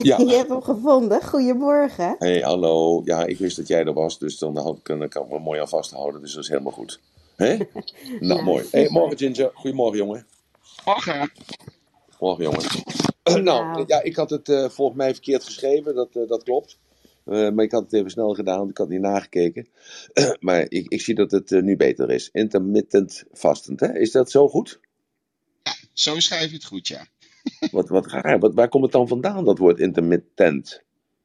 Ja, Je hebt hem gevonden. Goedemorgen. hey, hallo. Ja, ik wist dat jij er was, dus dan kan ik me mooi aan vasthouden. Dus dat is helemaal goed. Hè? Nou, Nou, mooi. Hey, morgen super. Ginger. Goedemorgen, jongen. Morgen. Morgen, jongen. Nou, Nou, ja, ik had het volgens mij verkeerd geschreven, dat klopt. Maar ik had het even snel gedaan, want ik had niet nagekeken. Maar ik zie dat het nu beter is. Intermittent fastend, hè? Is dat zo goed? Zo schrijf je het goed, ja. Wat raar. Waar komt het dan vandaan, dat woord intermittent?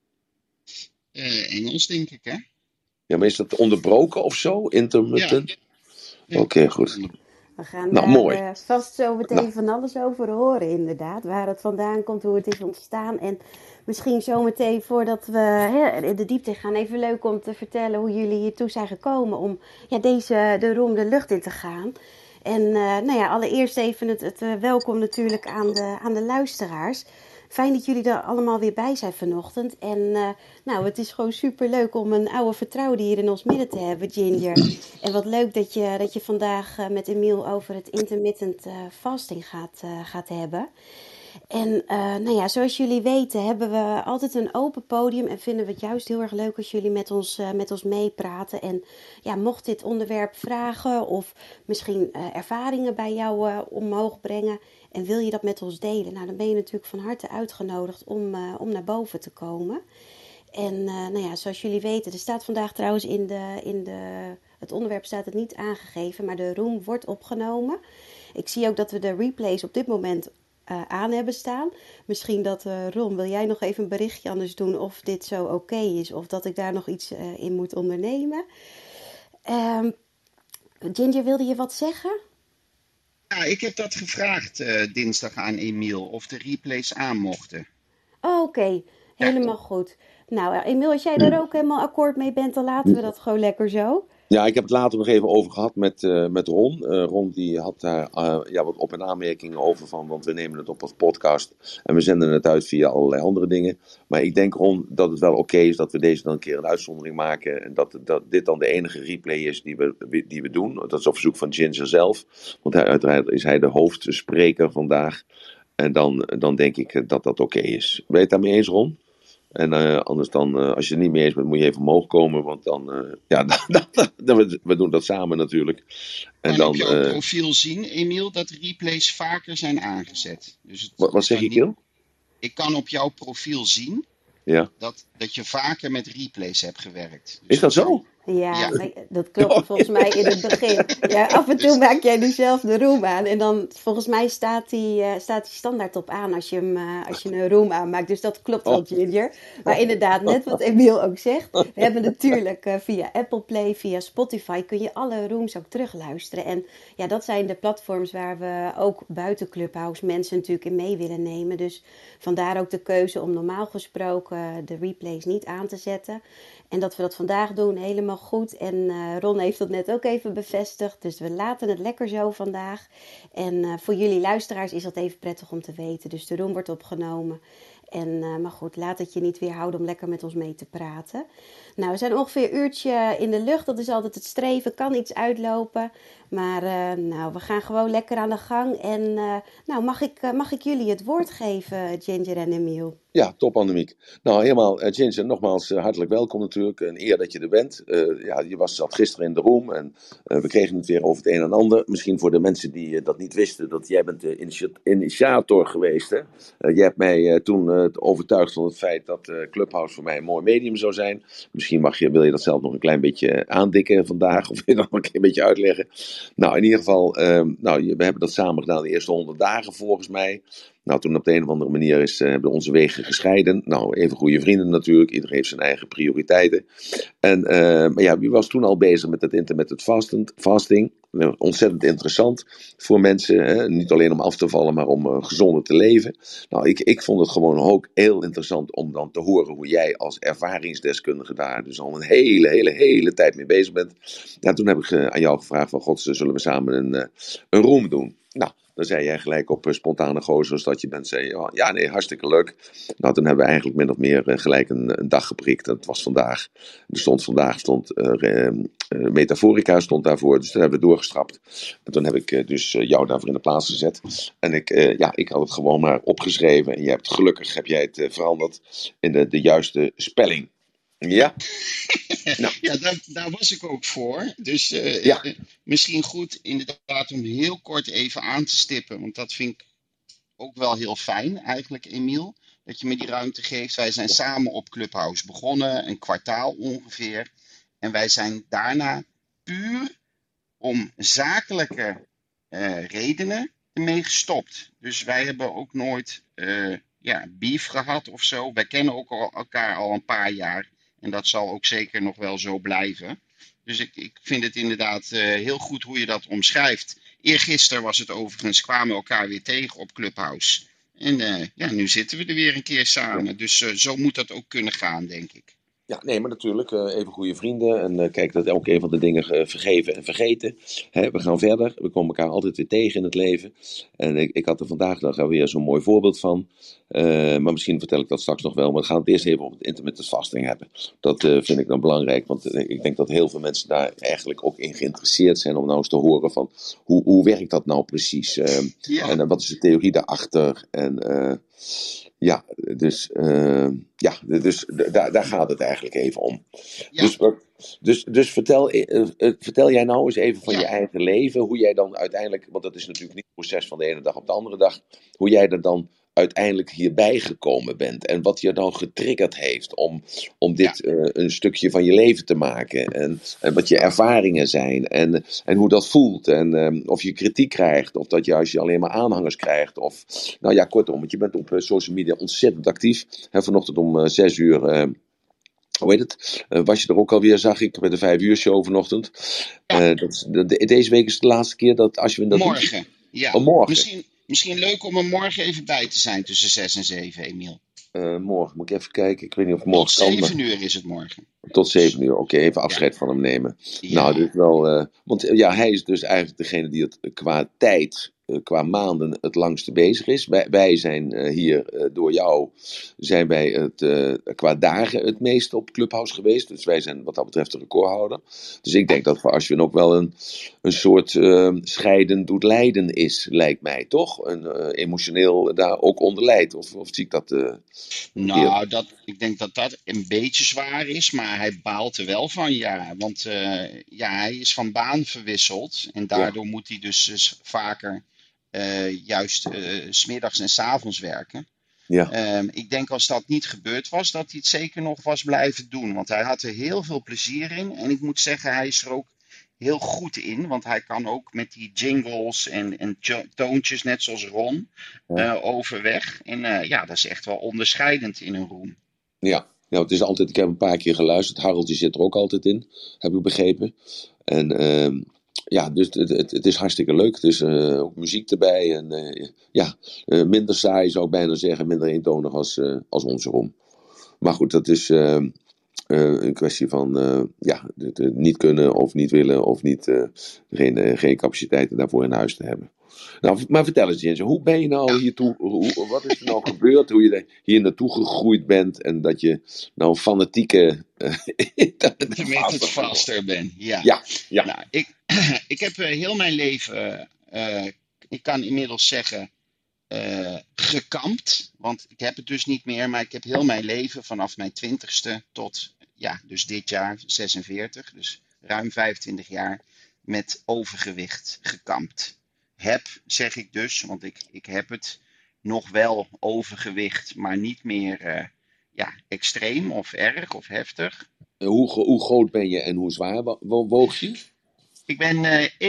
Engels, denk ik, hè? Ja, maar is dat onderbroken of zo? Ja, Intermittent? ja. Oké, goed. we gaan Nou, daar mooi. vast zo Nou, meteen van alles over horen, inderdaad. Waar het vandaan komt, hoe het is ontstaan. En misschien zo meteen, voordat we in de diepte gaan, even leuk om te vertellen hoe jullie hiertoe zijn gekomen om de roem de lucht in te gaan. En nou ja, allereerst even het welkom natuurlijk aan de luisteraars. Fijn dat jullie er allemaal weer bij zijn vanochtend. En nou, het is gewoon super leuk om een oude vertrouwde hier in ons midden te hebben, Ginger. En wat leuk dat je vandaag met Emiel over het intermittent fasting gaat hebben. En nou ja, zoals jullie weten hebben we altijd een open podium en vinden we het juist heel erg leuk als jullie met ons meepraten. En ja, mocht dit onderwerp vragen of misschien ervaringen bij jou omhoog brengen en wil je dat met ons delen, nou, dan ben je natuurlijk van harte uitgenodigd om naar boven te komen. En nou ja, zoals jullie weten, er staat vandaag trouwens het onderwerp staat het niet aangegeven, maar de room wordt opgenomen. Ik zie ook dat we de replays op dit moment aan hebben staan. Misschien dat Ron, wil jij nog even een berichtje anders doen of dit zo oké is, of dat ik daar nog iets in moet ondernemen. Ehm, Ginger, wilde je wat zeggen? Ja, ik heb dat gevraagd dinsdag aan Emiel, of de replays aan mochten. Oh, oké, Ja, helemaal goed. Nou, Emiel, als jij daar ook helemaal akkoord mee bent, dan laten we dat gewoon lekker zo. ja, ik heb het later nog even over gehad met Ron. Ron die had daar ja, wat op- en aanmerkingen over van, want we nemen het op als podcast en we zenden het uit via allerlei andere dingen. Maar ik denk, Ron, dat het wel oké is dat we deze dan een keer een uitzondering maken en dat dit dan de enige replay is die we doen. Dat is op verzoek van Ginger zelf, want uiteraard is hij de hoofdspreker vandaag. En dan denk ik dat dat oké is. Ben je het daarmee eens, Ron? En anders dan, als je het niet mee eens bent, moet je even omhoog komen. Want dan, ja, we doen dat samen natuurlijk. En kan op dan, jouw profiel zien, Emiel, dat replays vaker zijn aangezet. Dus het wat is zeg dan je, niet. Kil? Ik kan op jouw profiel zien Ja. dat je vaker met replays hebt gewerkt. Is Dus dat het zijn. zo? Ja, Ja, maar dat klopt volgens mij in het begin. Ja, af en toe dus. maak jij nu zelf de room aan. En dan volgens mij staat die standaard op aan als je een room aanmaakt. Dus dat klopt wel, Oh, Ginger. Maar inderdaad, net wat Emiel ook zegt. We hebben natuurlijk via Apple Play, via Spotify kun je alle rooms ook terugluisteren. En ja, dat zijn de platforms waar we ook buiten Clubhouse mensen natuurlijk in mee willen nemen. Dus vandaar ook de keuze om normaal gesproken de replays niet aan te zetten. En dat we dat vandaag doen, helemaal goed. En Ron heeft dat net ook even bevestigd. Dus we laten het lekker zo vandaag. En voor jullie luisteraars is dat even prettig om te weten. Dus de room wordt opgenomen. En, maar goed, laat het je niet weerhouden om lekker met ons mee te praten. Nou, we zijn ongeveer een uurtje in de lucht. Dat is altijd het streven. Kan iets uitlopen. Maar nou, we gaan gewoon lekker aan de gang. En nou, mag ik jullie het woord geven, Ginger en Emiel? ja, top Annemiek. Nou, helemaal, Ginger, nogmaals hartelijk welkom natuurlijk. Een eer dat je er bent. Ja, zat gisteren in de room en we kregen het weer over het een en ander. Misschien voor de mensen die dat niet wisten, dat jij bent de initiator geweest. Hè? Jij hebt mij toen overtuigd van het feit dat Clubhouse voor mij een mooi medium zou zijn. Misschien wil je dat zelf nog een klein beetje aandikken vandaag, of wil je dat nog een beetje uitleggen. Nou, in ieder geval, we hebben dat samen gedaan de eerste 100 dagen volgens mij. Nou, toen op de een of andere manier hebben onze wegen gescheiden. Nou, even goede vrienden natuurlijk. Iedereen heeft zijn eigen prioriteiten. En, maar ja, wie was toen al bezig met het intermittent fasting? Ontzettend interessant voor mensen. Hè? Niet alleen om af te vallen, maar om gezonder te leven. Nou, ik vond het gewoon ook heel interessant om dan te horen hoe jij als ervaringsdeskundige daar dus al een hele tijd mee bezig bent. Ja, toen heb ik aan jou gevraagd van, God, zullen we samen een room doen? Nou, Dan zei jij gelijk op spontane gozers dat je bent. Zei je, oh, ja, nee, hartstikke leuk. Nou, toen hebben we eigenlijk min of meer gelijk een dag geprikt. Dat was vandaag. Vandaag stond Metaforica stond daarvoor. Dus toen hebben we doorgestrapt. En toen heb ik dus jou daarvoor in de plaats gezet. En ik had het gewoon maar opgeschreven. En gelukkig heb jij het veranderd in de juiste spelling. Ja? Nou. Ja, daar was ik ook voor. Dus Ja. Misschien goed inderdaad om heel kort even aan te stippen. Want dat vind ik ook wel heel fijn eigenlijk, Emiel. Dat je me die ruimte geeft. Wij zijn samen op Clubhouse begonnen. Een kwartaal ongeveer. En wij zijn daarna puur om zakelijke redenen ermee gestopt. Dus wij hebben ook nooit beef gehad of zo. Wij kennen ook elkaar al een paar jaar. En dat zal ook zeker nog wel zo blijven. Dus ik vind het inderdaad heel goed hoe je dat omschrijft. Eergisteren was het overigens, kwamen we elkaar weer tegen op Clubhouse. En nu zitten we er weer een keer samen. Ja. Dus zo moet dat ook kunnen gaan, denk ik. Ja, nee, maar natuurlijk, even goede vrienden. En kijk, dat elke een van de dingen vergeven en vergeten. We gaan verder, we komen elkaar altijd weer tegen in het leven. En ik had er vandaag weer zo'n mooi voorbeeld van. Maar misschien vertel ik dat straks nog wel. Maar we gaan het eerst even op het intermittent fasting hebben. Dat vind ik dan belangrijk, want ik denk dat heel veel mensen daar eigenlijk ook in geïnteresseerd zijn om nou eens te horen van hoe werkt dat nou precies? Ja. En wat is de theorie daarachter? En dus daar gaat het eigenlijk even om. Ja. Dus vertel jij nou eens even van je eigen leven, hoe jij dan uiteindelijk, want dat is natuurlijk niet het proces van de ene dag op de andere dag, hoe jij er dan uiteindelijk hierbij gekomen bent en wat je dan getriggerd heeft om dit een stukje van je leven te maken en wat je ervaringen zijn en hoe dat voelt en of je kritiek krijgt of dat je als je alleen maar aanhangers krijgt of nou ja, kortom, want je bent op social media ontzettend actief. Vanochtend om 6 uur hoe heet het? Was je er ook alweer, zag ik, bij de 5 uur show vanochtend. Ja. Deze week is het de laatste keer dat als je dat morgen, doet, ja. Morgen. Misschien leuk om er morgen even bij te zijn tussen 6 en 7, Emiel. Morgen, moet ik even kijken. Ik weet niet of morgen kan. Tot 7 uur is het morgen. Tot 7 uur, oké. Even afscheid van hem nemen. Ja. Nou, dit is wel... want hij is dus eigenlijk degene die het qua tijd, qua maanden het langste bezig is. Wij zijn hier door jou, zijn wij qua dagen het meest op Clubhouse geweest. Dus wij zijn wat dat betreft de recordhouder. Dus ik denk dat voor Ashwin ook wel een soort scheiden doet lijden is, lijkt mij, toch? Emotioneel daar ook onder lijdt. Of zie ik dat... Nou, ik denk dat dat een beetje zwaar is, maar hij baalt er wel van, ja. Want hij is van baan verwisseld en daardoor moet hij dus vaker juist 's middags en 's avonds werken. Ja. Ik denk als dat niet gebeurd was, dat hij het zeker nog was blijven doen. Want hij had er heel veel plezier in. En ik moet zeggen, hij is er ook heel goed in. Want hij kan ook met die jingles en toontjes, net zoals Ron, overweg. En dat is echt wel onderscheidend in een room. Ja. Ja, het is altijd, ik heb een paar keer geluisterd. Harold die zit er ook altijd in, heb ik begrepen. En dus het is hartstikke leuk. Het is ook muziek erbij. En minder saai zou ik bijna zeggen. Minder eentonig als onze room. Maar goed, dat is een kwestie van het niet kunnen of niet willen. Of niet, geen capaciteiten daarvoor in huis te hebben. Nou, maar vertel eens, Jens, hoe ben je nou hiertoe, wat is er nou gebeurd, hoe je hier naartoe gegroeid bent en dat je nou een fanatieke intermittent faster bent. Ja. Nou, ik heb heel mijn leven, ik kan inmiddels zeggen, gekampt, want ik heb het dus niet meer, maar ik heb heel mijn leven vanaf mijn 20ste tot, dus dit jaar 46, dus ruim 25 jaar met overgewicht gekampt. Zeg ik dus, want ik heb het nog wel overgewicht, maar niet meer extreem of erg of heftig. Hoe groot ben je en hoe zwaar woog je? Ik ben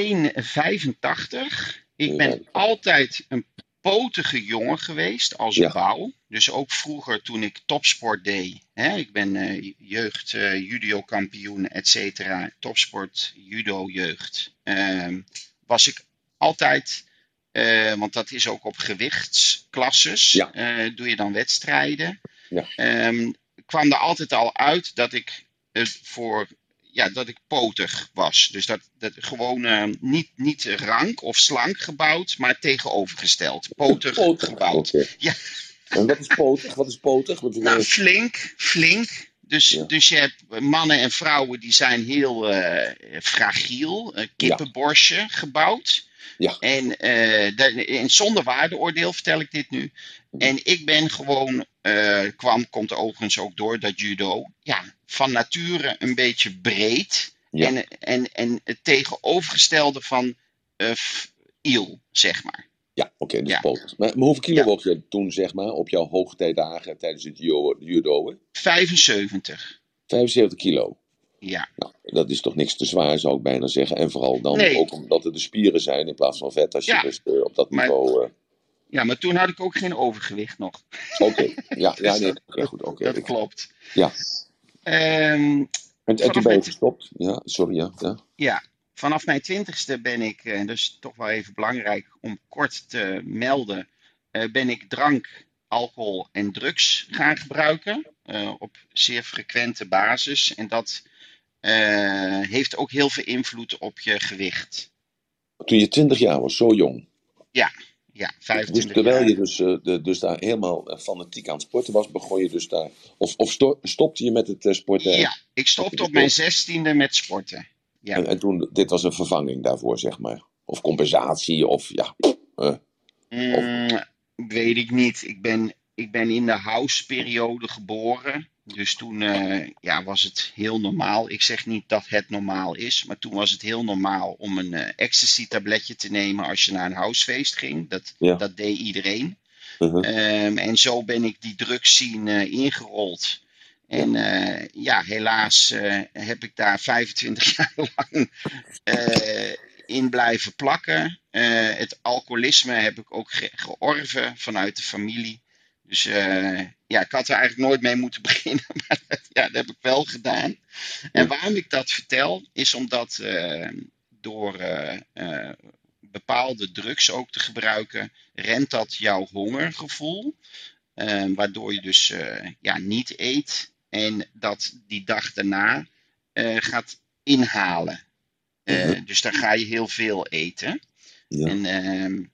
1,85. Ik ben altijd een potige jongen geweest als bouw. Dus ook vroeger toen ik topsport deed. Ik ben jeugd, judo-kampioen, et cetera. Topsport, judo, jeugd. Was ik altijd, want dat is ook op gewichtsklasses, doe je dan wedstrijden. Ja. Kwam er altijd al uit dat ik voor dat ik potig was. Dus dat gewoon niet rank of slank gebouwd, maar tegenovergesteld. Potig Potig, gebouwd. oké. Ja, En wat is potig? Wat is potig? nou, flink. Dus, Ja, dus je hebt mannen en vrouwen die zijn heel fragiel, ja, kippenborstje gebouwd. ja. En zonder waardeoordeel vertel ik dit nu. En ik ben gewoon, komt overigens ook door dat judo, van nature een beetje breed. Ja, En het tegenovergestelde van il, zeg maar. ja, oké, dus Ja, potig. Maar hoeveel kilo ja. woog je toen, zeg maar, op jouw hoogtijdagen tijdens het judo? 75. 75 kilo. Ja. Nou, dat is toch niks te zwaar, zou ik bijna zeggen. En vooral dan Nee, ook omdat het de spieren zijn in plaats van vet, als je ja. dus op dat Maar, niveau... maar toen had ik ook geen overgewicht nog. Oké, ja, Dus nee, oké, goed, oké. dat klopt. Ja, Ehm, en toen vanaf ben je mijn, gestopt? Ja, sorry, ja. ja, vanaf mijn 20ste ben ik, dus toch wel even belangrijk om kort te melden, ben ik drank, alcohol en drugs gaan gebruiken. Op zeer frequente basis. En dat heeft ook heel veel invloed op je gewicht. Toen je 20 jaar was, zo jong. Ja, Dus 25 terwijl je jaar. dus daar helemaal fanatiek aan het sporten was, begon je dus daar... Of stopte je met het sporten? Ja, ik stopte op mijn 16e met sporten. Ja. En toen, dit was een vervanging daarvoor, zeg maar. Of compensatie, of ja. Of, Weet ik niet. Ik ben in de house-periode geboren. Dus toen was het heel normaal. Ik zeg niet dat het normaal is, maar toen was het heel normaal om een ecstasy-tabletje te nemen als je naar een housefeest ging. ja. Dat deed iedereen. Uh-huh. En zo ben ik die drugsscene ingerold. En helaas heb ik daar 25 jaar lang in blijven plakken. Het alcoholisme heb ik ook georven vanuit de familie. Dus ik had er eigenlijk nooit mee moeten beginnen. Maar dat heb ik wel gedaan. En waarom ik dat vertel, is omdat door bepaalde drugs ook te gebruiken, remt dat jouw hongergevoel. Waardoor je dus niet eet. En dat die dag daarna gaat inhalen. Dus dan ga je heel veel eten. Ja. En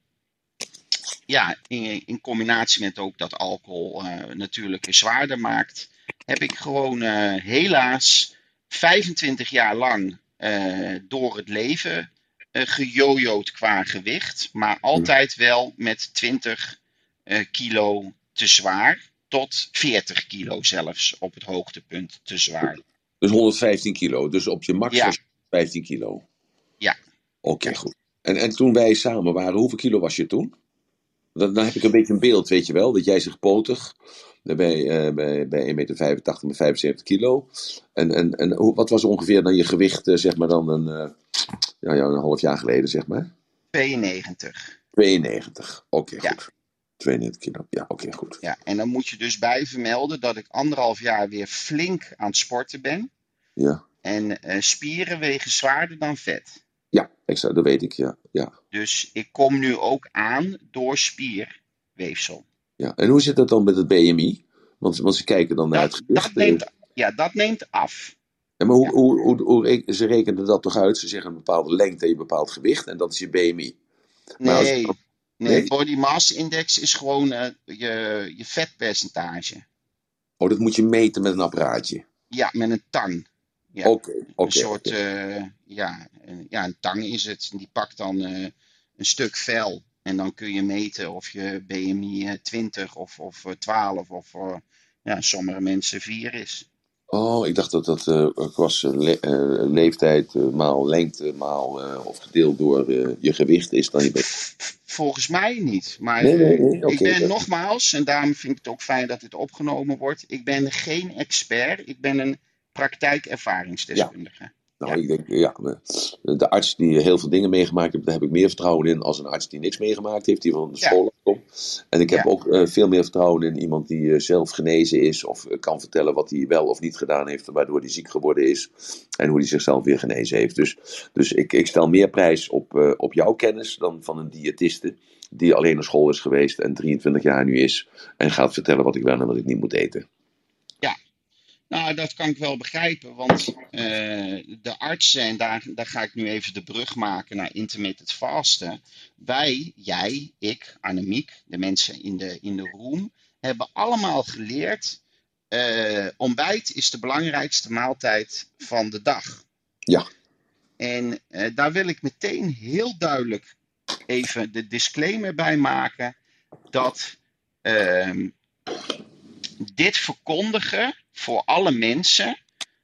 in combinatie met ook dat alcohol natuurlijk zwaarder maakt, heb ik gewoon helaas 25 jaar lang door het leven gejojoed qua gewicht. Maar altijd wel met 20 kilo te zwaar. Tot 40 kilo zelfs op het hoogtepunt te zwaar. Dus 115 kilo. Dus op je max was 15 kilo. Ja. Oké, goed. En toen wij samen waren, hoeveel kilo was je toen? Dan heb ik een beetje een beeld, weet je wel. Dat jij zegt potig. Bij 1,85 meter met 75 kilo. En wat was ongeveer dan je gewicht, zeg maar dan een half jaar geleden, zeg maar? 92. 92, oké, Ja. goed. 92 kilo, ja, oké, goed. Ja, en dan moet je dus bij vermelden dat ik 1,5 jaar weer flink aan het sporten ben. Ja. En spieren wegen zwaarder dan vet. Ja, exact, dat weet ik, ja. Dus ik kom nu ook aan door spierweefsel. Ja, en hoe zit dat dan met het BMI? Want ze kijken dan naar het gewicht. Dat neemt af. Ja, maar hoe ze rekenen dat toch uit? Ze zeggen een bepaalde lengte en een bepaald gewicht en dat is je BMI. Nee, body mass index is gewoon je vetpercentage. Oh, dat moet je meten met een apparaatje? Ja, met een tang. Ja. Oké. Een soort, een tang is het. Die pakt dan een stuk vel. En dan kun je meten of je BMI 20 of 12 of sommige mensen 4 is. Oh, ik dacht dat was leeftijd maal lengte maal of gedeeld door je gewicht is dan je bent. Volgens mij niet. Maar Nee. ik ben nogmaals, en daarom vind ik het ook fijn dat dit opgenomen wordt. Ik ben geen expert. Ik ben een praktijkervaringsdeskundige. Nou, ik denk, de arts die heel veel dingen meegemaakt heeft, daar heb ik meer vertrouwen in als een arts die niks meegemaakt heeft, die van de school komt. En ik heb ook veel meer vertrouwen in iemand die zelf genezen is of kan vertellen wat hij wel of niet gedaan heeft, waardoor hij ziek geworden is en hoe hij zichzelf weer genezen heeft. Dus ik stel meer prijs op jouw kennis dan van een diëtiste die alleen naar school is geweest en 23 jaar nu is en gaat vertellen wat ik wel en wat ik niet moet eten. Nou, dat kan ik wel begrijpen, want de artsen, en daar ga ik nu even de brug maken naar intermittent fasten. Wij, jij, ik, Annemiek, de mensen in de room, hebben allemaal geleerd, ontbijt is de belangrijkste maaltijd van de dag. Ja, En daar wil ik meteen heel duidelijk even de disclaimer bij maken dat ehm, dit verkondigen voor alle mensen,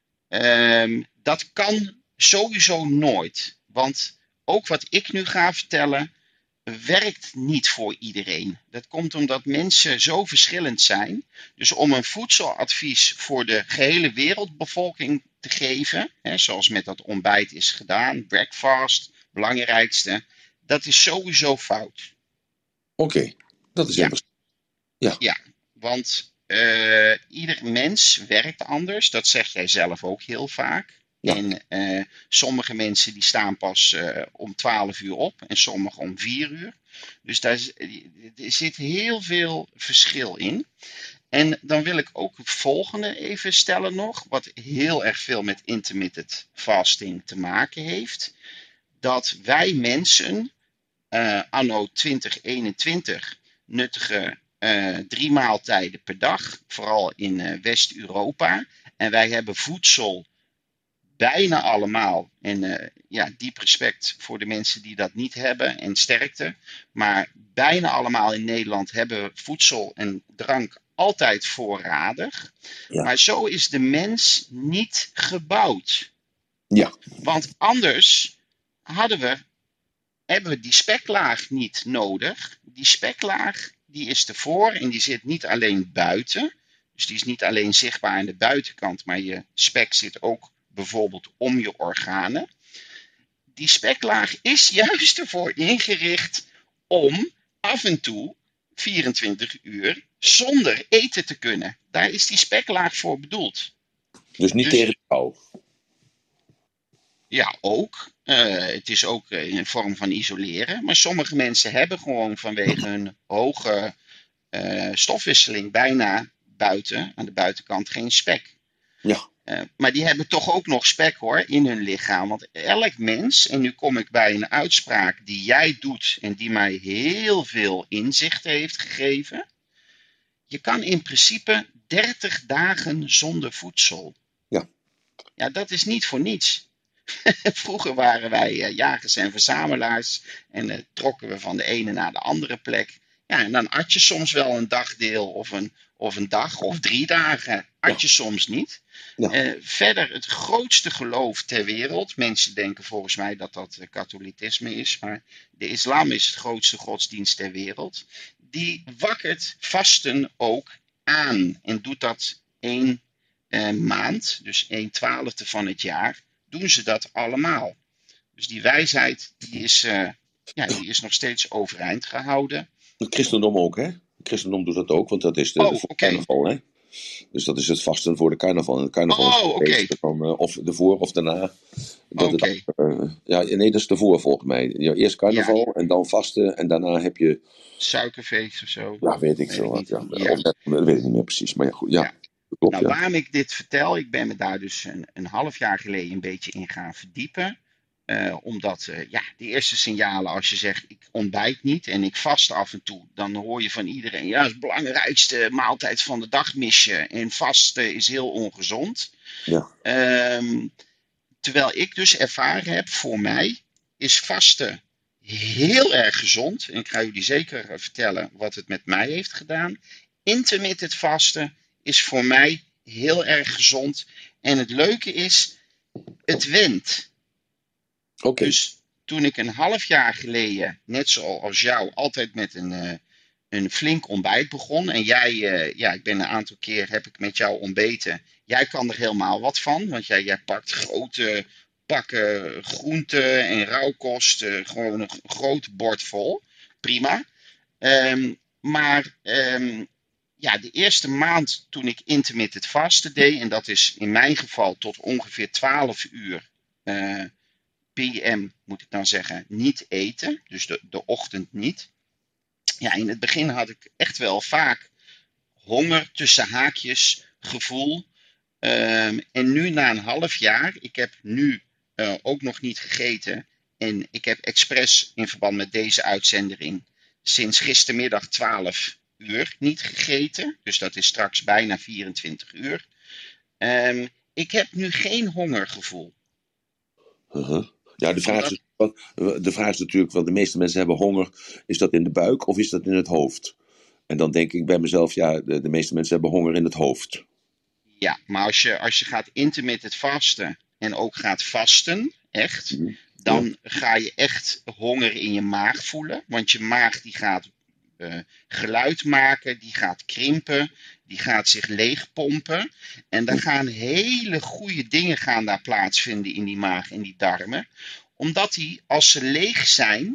dat kan sowieso nooit. Want ook wat ik nu ga vertellen, werkt niet voor iedereen. Dat komt omdat mensen zo verschillend zijn. Dus om een voedseladvies voor de gehele wereldbevolking te geven, hè, zoals met dat ontbijt is gedaan, breakfast, belangrijkste, dat is sowieso fout. oké. Dat is Ja, interessant. Ja, ja, want ieder mens werkt anders. Dat zeg jij zelf ook heel vaak. ja, En sommige mensen die staan pas om 12 uur op en sommigen om 4 uur. Dus er zit heel veel verschil in. En dan wil ik ook het volgende even stellen nog, wat heel erg veel met intermittent fasting te maken heeft. Dat wij mensen anno 2021 nuttigen 3 maaltijden per dag, vooral in West-Europa. En wij hebben voedsel bijna allemaal, en ja, diep respect voor de mensen die dat niet hebben en sterkte, maar bijna allemaal in Nederland hebben voedsel en drank altijd voorradig. ja, Maar zo is de mens niet gebouwd. ja, Want anders hebben we die speklaag niet nodig. Die speklaag die is ervoor en die zit niet alleen buiten. Dus die is niet alleen zichtbaar aan de buitenkant, maar je spek zit ook bijvoorbeeld om je organen. Die speklaag is juist ervoor ingericht om af en toe 24 uur zonder eten te kunnen. Daar is die speklaag voor bedoeld. dus niet tegen Dus de kou. ja, ook. Het is ook een vorm van isoleren. Maar sommige mensen hebben gewoon vanwege hun hoge stofwisseling bijna buiten, aan de buitenkant, geen spek. Ja, Maar die hebben toch ook nog spek hoor, in hun lichaam. Want elk mens, en nu kom ik bij een uitspraak die jij doet en die mij heel veel inzicht heeft gegeven. Je kan in principe 30 dagen zonder voedsel. ja, Ja, dat is niet voor niets. Vroeger waren wij jagers en verzamelaars en trokken we van de ene naar de andere plek. Ja, en dan at je soms wel een dagdeel of een dag of 3 dagen. At ja, je soms niet. ja, Verder het grootste geloof ter wereld. Mensen denken volgens mij dat dat katholitisme is, maar de islam is het grootste godsdienst ter wereld. Die wakkert vasten ook aan en doet dat 1 maand, dus 1/12 van het jaar doen ze dat allemaal. Dus die wijsheid die is nog steeds overeind gehouden. het christendom ook, hè? Het christendom doet dat ook, want dat is Oh, voor oké. carnaval, hè? Dus dat is het vasten voor de carnaval. En het carnaval is Oh, het oké. feest van, of ervoor of daarna. Dat het, Oké. ja, nee, dat is ervoor volgens mij. Ja, eerst Ja, carnaval en dan vasten en daarna heb je, suikerfeest of zo. ja, weet ik Weet veel ik wat. niet. Ja, Ja, of dat weet ik niet meer precies, maar ja, goed, ja, ja. dat klopt, Nou, ja. waarom ik dit vertel, ik ben me daar dus een half jaar geleden een beetje in gaan verdiepen. Omdat ja, de eerste signalen, als je zegt ik ontbijt niet en ik vast af en toe, dan hoor je van iedereen, ja, dat is de belangrijkste maaltijd van de dag mis je. En vasten is heel ongezond. Ja, Ehm, Terwijl ik dus ervaren heb, voor mij is vasten heel erg gezond. En ik ga jullie zeker vertellen wat het met mij heeft gedaan. Intermittent vasten is voor mij heel erg gezond. En het leuke is, het went. oké. Dus toen ik een half jaar geleden, net zoals jou, altijd met een flink ontbijt begon. En jij, ja, ik ben een aantal keer, heb ik met jou ontbeten. Jij kan er helemaal wat van, want jij pakt grote pakken groenten en rauwkost, gewoon een groot bord vol. Prima. Maar ja, de eerste maand toen ik intermittent vasten deed, en dat is in mijn geval tot ongeveer 12 uur PM, moet ik dan zeggen, niet eten. Dus de ochtend niet. Ja, in het begin had ik echt wel vaak honger tussen haakjes gevoel. En nu na een half jaar, ik heb nu ook nog niet gegeten. En ik heb expres in verband met deze uitzending sinds gistermiddag 12 uur niet gegeten. Dus dat is straks bijna 24 uur. Ik heb nu geen hongergevoel. Uh-huh. Ja, Omdat, de vraag is natuurlijk, want de meeste mensen hebben honger. Is dat in de buik of is dat in het hoofd? En dan denk ik bij mezelf, ja, de meeste mensen hebben honger in het hoofd. ja, maar als je gaat intermittent vasten en ook gaat vasten, echt, Mhm. Ja. dan ga je echt honger in je maag voelen. Want je maag die gaat geluid maken, die gaat krimpen, die gaat zich leegpompen. En daar gaan hele goede dingen gaan daar plaatsvinden in die maag en die darmen. Omdat die, als ze leeg zijn,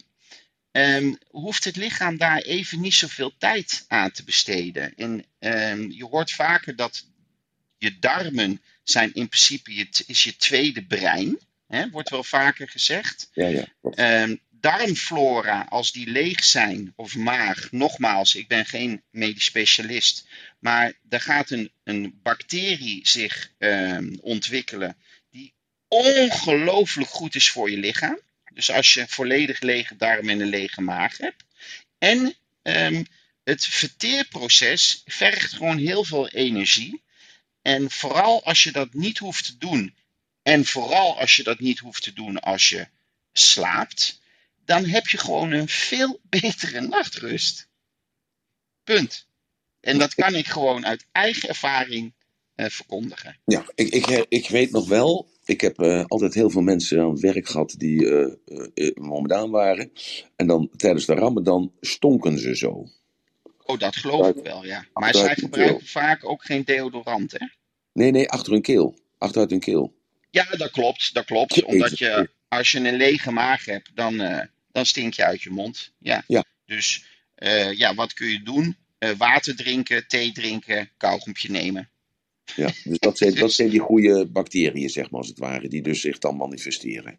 hoeft het lichaam daar even niet zoveel tijd aan te besteden. En je hoort vaker dat je darmen zijn in principe is je tweede brein. Hè, wordt wel vaker gezegd. Ja. Darmflora, als die leeg zijn, of maag, nogmaals, ik ben geen medisch specialist, maar er gaat een bacterie zich ontwikkelen die ongelooflijk goed is voor je lichaam. Dus als je volledig lege darm en een lege maag hebt. En het verteerproces vergt gewoon heel veel energie. En vooral als je dat niet hoeft te doen, en vooral als je dat niet hoeft te doen als je slaapt, dan heb je gewoon een veel betere nachtrust. Punt. En dat kan ik gewoon uit eigen ervaring verkondigen. Ja, ik weet nog wel, ik heb altijd heel veel mensen aan het werk gehad die Mohamedaan waren. En dan tijdens de Ramadan stonken ze zo. Oh, dat geloof ik wel, ja. Maar Achteruit zij hun gebruiken keel. vaak ook geen deodorant, hè? Nee, achter hun keel. Achteruit hun keel. Ja, dat klopt. Omdat Jezus. als je een lege maag hebt, dan stink je uit je mond. Ja. Ja. Dus wat kun je doen? Water drinken, thee drinken, kauwgompje nemen. Ja, dus dat zijn die goede bacteriën, zeg maar, als het ware, die dus zich dan manifesteren.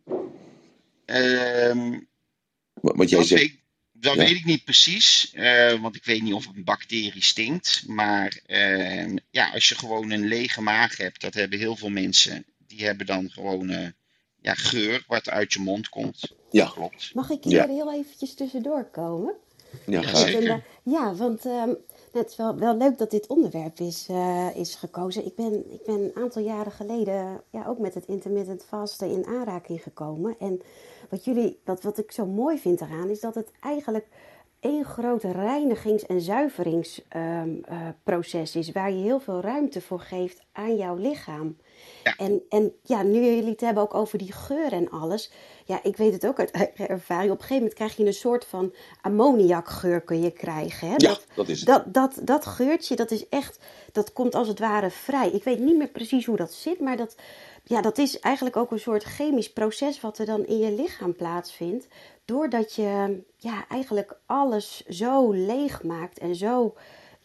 Wat jij zegt. Dat Ja. weet ik niet precies, want ik weet niet of een bacterie stinkt. Maar als je gewoon een lege maag hebt, dat hebben heel veel mensen. Die hebben dan gewoon geur wat uit je mond komt. Ja. Dat klopt. Mag ik hier heel eventjes tussendoor komen? Ja, Ja, graag. zeker. Want het is wel leuk dat dit onderwerp is gekozen. Ik ben een aantal jaren geleden ook met het intermittent vasten in aanraking gekomen. En wat ik zo mooi vind eraan is dat het eigenlijk één groot reinigings- en zuiveringsproces is. Waar je heel veel ruimte voor geeft aan jouw lichaam. Ja. En nu jullie het hebben ook over die geur en alles. Ja, ik weet het ook uit eigen ervaring. Op een gegeven moment krijg je een soort van ammoniakgeur kun je krijgen. Hè? Ja, dat is het. Dat geurtje, dat is echt, dat komt als het ware vrij. Ik weet niet meer precies hoe dat zit, maar dat is eigenlijk ook een soort chemisch proces wat er dan in je lichaam plaatsvindt. Doordat je eigenlijk alles zo leeg maakt en zo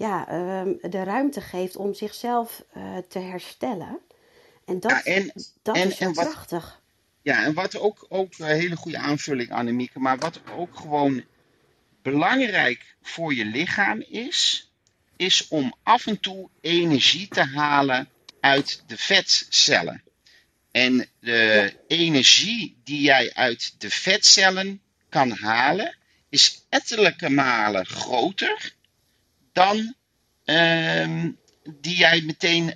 de ruimte geeft om zichzelf te herstellen. En dat is zo prachtig. Ja, en wat ook een hele goede aanvulling, Annemieke, maar wat ook gewoon belangrijk voor je lichaam is om af en toe energie te halen uit de vetcellen. En de energie die jij uit de vetcellen kan halen, is ettelijke malen groter dan die jij meteen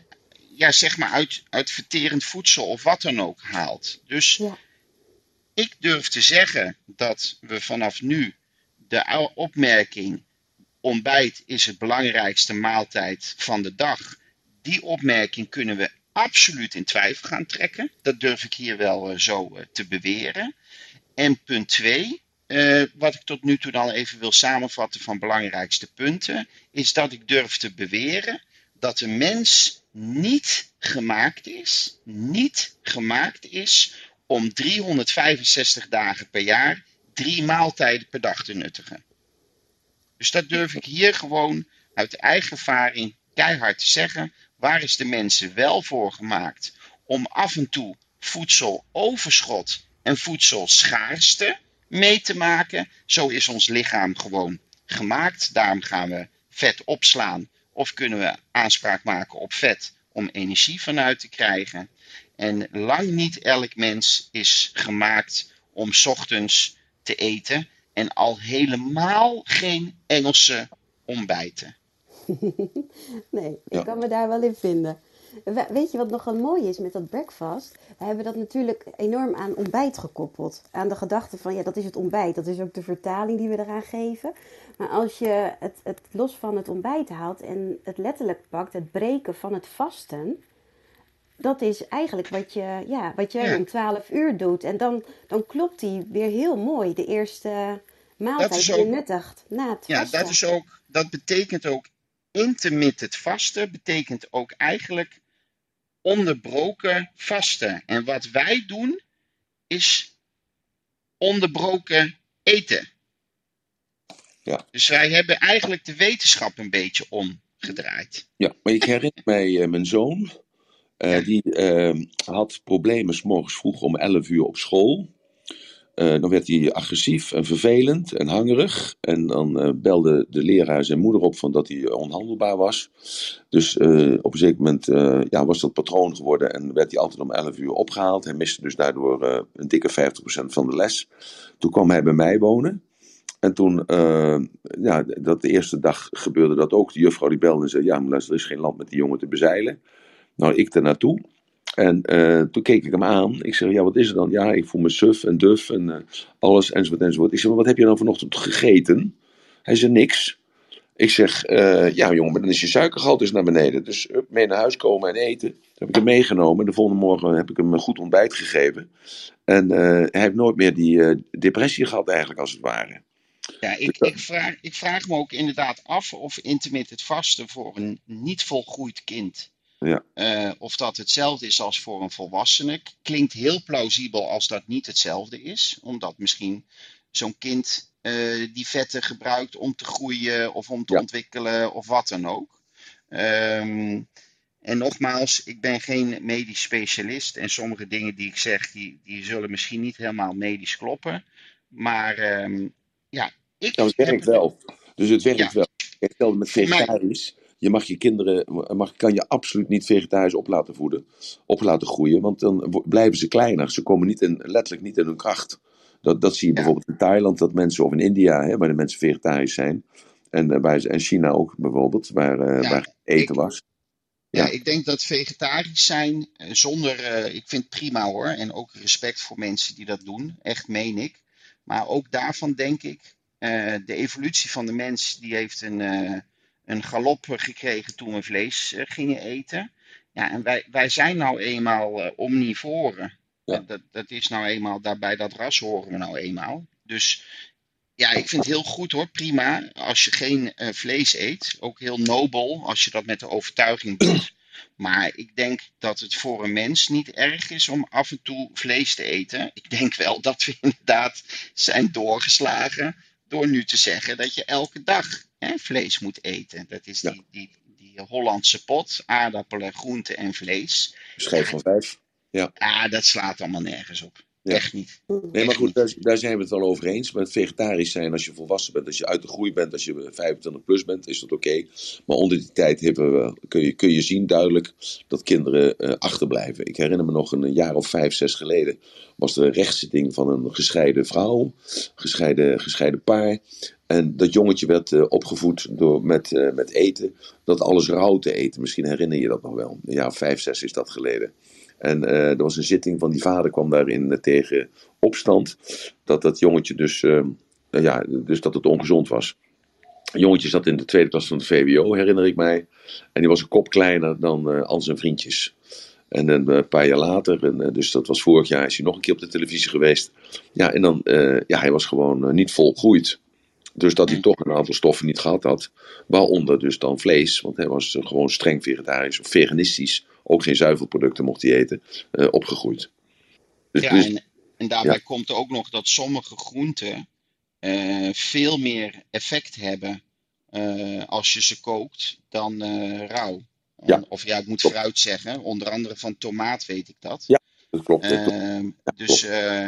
uit verterend voedsel of wat dan ook haalt. Dus ik durf te zeggen dat we vanaf nu de opmerking ontbijt is het belangrijkste maaltijd van de dag. Die opmerking kunnen we absoluut in twijfel gaan trekken. Dat durf ik hier wel zo te beweren. En punt 2, wat ik tot nu toe dan even wil samenvatten van belangrijkste punten, is dat ik durf te beweren dat de mens niet gemaakt is om 365 dagen per jaar 3 maaltijden per dag te nuttigen. Dus dat durf ik hier gewoon uit eigen ervaring keihard te zeggen. Waar is de mensen wel voor gemaakt om af en toe voedseloverschot en voedselschaarste mee te maken? Zo is ons lichaam gewoon gemaakt. Daarom gaan we vet opslaan of kunnen we aanspraak maken op vet om energie vanuit te krijgen. En lang niet elk mens is gemaakt om 's ochtends te eten. En al helemaal geen Engelse ontbijten. Nee, ik Ja, kan me daar wel in vinden. Weet je wat nog een mooi is met dat breakfast? We hebben dat natuurlijk enorm aan ontbijt gekoppeld. Aan de gedachte van, ja, dat is het ontbijt. Dat is ook de vertaling die we eraan geven. Maar als je het los van het ontbijt haalt en het letterlijk pakt, het breken van het vasten, dat is eigenlijk wat jij Ja, om 12 uur doet. En dan klopt die weer heel mooi. De eerste dat maaltijd is die je ook, nuttigt na het ja, vasten. dat betekent ook intermittent vasten, betekent ook eigenlijk onderbroken vasten. En wat wij doen, is onderbroken eten. ja. Dus wij hebben eigenlijk de wetenschap een beetje omgedraaid. Ja, maar ik herinner mij mijn zoon. Ja, Die had problemen 's morgens vroeg om 11 uur op school. Dan werd hij agressief en vervelend en hangerig. En dan belde de leraar zijn moeder op van dat hij onhandelbaar was. Dus op een zeker moment ja, was dat patroon geworden en werd hij altijd om 11 uur opgehaald. Hij miste dus daardoor een dikke 50% van de les. Toen kwam hij bij mij wonen. En toen, ja, de eerste dag gebeurde dat ook. De juffrouw die belde en zei, ja, maar luister, er is geen land met die jongen te bezeilen. Nou, ik er naartoe. En toen keek ik hem aan. Ik zeg, ja, wat is er dan? Ja, ik voel me suf en duf en alles enzovoort enzovoort. Ik zeg, maar wat heb je dan vanochtend gegeten? Hij zei, niks. Ik zeg, ja jongen, maar dan is je suikergehalte dus naar beneden. Dus mee naar huis komen en eten. Dat heb ik hem meegenomen. De volgende morgen heb ik hem een goed ontbijt gegeven. En hij heeft nooit meer die depressie gehad eigenlijk, als het ware. ja Dus ik vraag me ook inderdaad af of intermittent vasten voor een niet volgroeid kind, ja, of dat hetzelfde is als voor een volwassene. Klinkt heel plausibel als dat niet hetzelfde is, omdat misschien zo'n kind die vetten gebruikt om te groeien of om te ja, ontwikkelen of wat dan ook. Ehm, en nogmaals, ik ben geen medisch specialist en sommige dingen die ik zeg, die zullen misschien niet helemaal medisch kloppen. Maar ja, nou, ik het heb werkt het, wel. Dus het werkt ja, wel. Kijk, stel met voor mij, vegetarisch. Je mag je kinderen, kan je absoluut niet vegetarisch op laten voeden, op laten groeien, want dan blijven ze kleiner. Ze komen niet letterlijk niet in hun kracht. Dat zie je ja, bijvoorbeeld in Thailand, dat mensen, of in India, hè, waar de mensen vegetarisch zijn. En, en China ook bijvoorbeeld, ja, waar eten ik, was. ja, Ja, ik denk dat vegetarisch zijn zonder, ik vind het prima hoor, en ook respect voor mensen die dat doen, echt meen ik. Maar ook daarvan denk ik, de evolutie van de mens, die heeft een galop gekregen toen we vlees gingen eten. Ja, en wij zijn nou eenmaal omnivoren. ja. Dat is nou eenmaal, daarbij dat ras horen we nou eenmaal. Dus ja, ik vind het heel goed hoor, prima als je geen vlees eet. Ook heel nobel als je dat met de overtuiging doet. Maar ik denk dat het voor een mens niet erg is om af en toe vlees te eten. Ik denk wel dat we inderdaad zijn doorgeslagen door nu te zeggen dat je elke dag vlees moet eten. Dat is Ja. die Hollandse pot, aardappelen, groenten en vlees. Schijf Ja, van 5. Ja, dat slaat allemaal nergens op. ja. Echt niet. Nee, maar Echt goed, niet. daar zijn we het wel over eens. Met vegetarisch zijn, als je volwassen bent, als je uit de groei bent, als je 25 plus bent, is dat oké. Maar onder die tijd kun je zien duidelijk dat kinderen achterblijven. Ik herinner me nog een jaar of 5, 6 geleden was er een rechtszitting van een gescheiden vrouw, gescheiden paar. En dat jongetje werd opgevoed met eten, dat alles rauw te eten. Misschien herinner je dat nog wel. Een jaar of 5, 6 is dat geleden. En er was een zitting van die vader kwam daarin tegen opstand. Dat jongetje dus, ja, dus dat het ongezond was. Een jongetje zat in de tweede klas van de VWO, herinner ik mij. En die was een kop kleiner dan al zijn vriendjes. En een paar jaar later, dus dat was vorig jaar, is hij nog een keer op de televisie geweest. Ja, en dan, ja, hij was gewoon niet volgroeid. Dus dat hij toch een aantal stoffen niet gehad had. Waaronder dus dan vlees. Want hij was gewoon streng vegetarisch of veganistisch. Ook geen zuivelproducten mocht hij eten. Opgegroeid. Ja, Dus en ja, daarbij komt ook nog dat sommige groenten veel meer effect hebben als je ze kookt dan rauw. ja, Of ja, ik moet klopt. fruit zeggen. Onder andere van tomaat weet ik dat. Ja, dat klopt. Dus Klopt.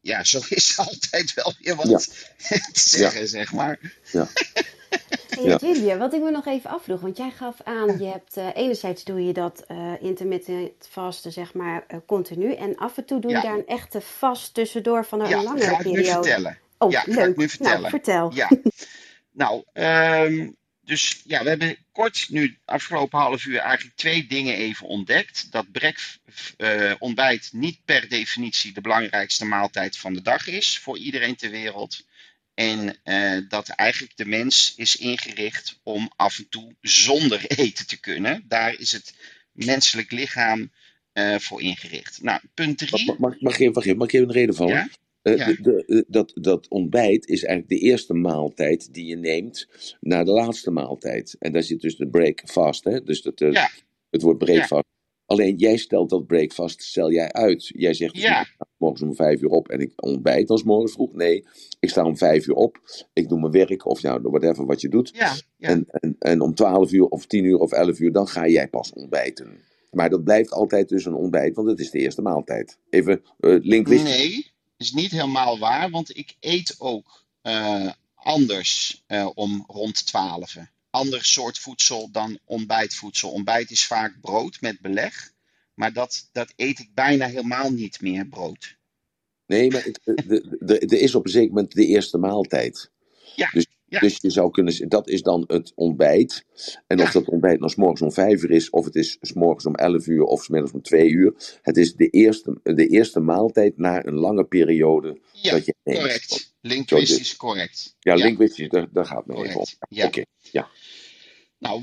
ja, zo is altijd wel weer Ja, wat te ja, zeggen, zeg maar. ja, Hey, ja. Jurje, wat ik me nog even afvroeg, want jij gaf aan, je hebt enerzijds doe je dat intermittent vasten, zeg maar, continu. En af en toe doe je Ja, daar een echte vast tussendoor van een ja, langere ga ik nu periode. vertellen. Oh, Ja, ga ik nu leuk. Nou, vertellen. vertel. Ja, nou, dus ja, we hebben kort nu afgelopen half uur eigenlijk 2 dingen even ontdekt. Dat ontbijt niet per definitie de belangrijkste maaltijd van de dag is voor iedereen ter wereld. En dat eigenlijk de mens is ingericht om af en toe zonder eten te kunnen. Daar is het menselijk lichaam voor ingericht. Nou, punt 3. Mag ik even een reden vallen? Ja? Ja, Dat ontbijt is eigenlijk de eerste maaltijd die je neemt na de laatste maaltijd. En daar zit dus de breakfast, hè? Dus ja, het woord ja, breakfast. Alleen jij stelt dat breakfast, stel jij uit. Jij zegt dus niet, ja, ik sta morgens om 5 uur op en ik ontbijt dan 's morgens vroeg. Nee, ik sta om 5 uur op, ik doe mijn werk of ja, whatever wat je doet. ja, ja. En om 12 uur of 10 uur of 11 uur, dan ga jij pas ontbijten. Maar dat blijft altijd dus een ontbijt, want het is de eerste maaltijd. Even linguistisch. Nee, is niet helemaal waar, want ik eet ook anders om rond 12. Ander soort voedsel dan ontbijtvoedsel. Ontbijt is vaak brood met beleg, maar dat eet ik bijna helemaal niet meer, brood. Nee, maar er is op een zeker moment de eerste maaltijd. Ja, Dus, ja, dus je zou kunnen zeggen, dat is dan het ontbijt. En of ja, dat ontbijt nou 's morgens om 5 uur is, of het is 's morgens om 11 uur, of 's middags om 2 uur. Het is de eerste maaltijd na een lange periode ja, dat je neemt. correct. Zo dus. Linguistisch correct. Ja, Ja, linguistisch, daar gaat het me even om. correct. Ja, Ja. oké, ja. Nou,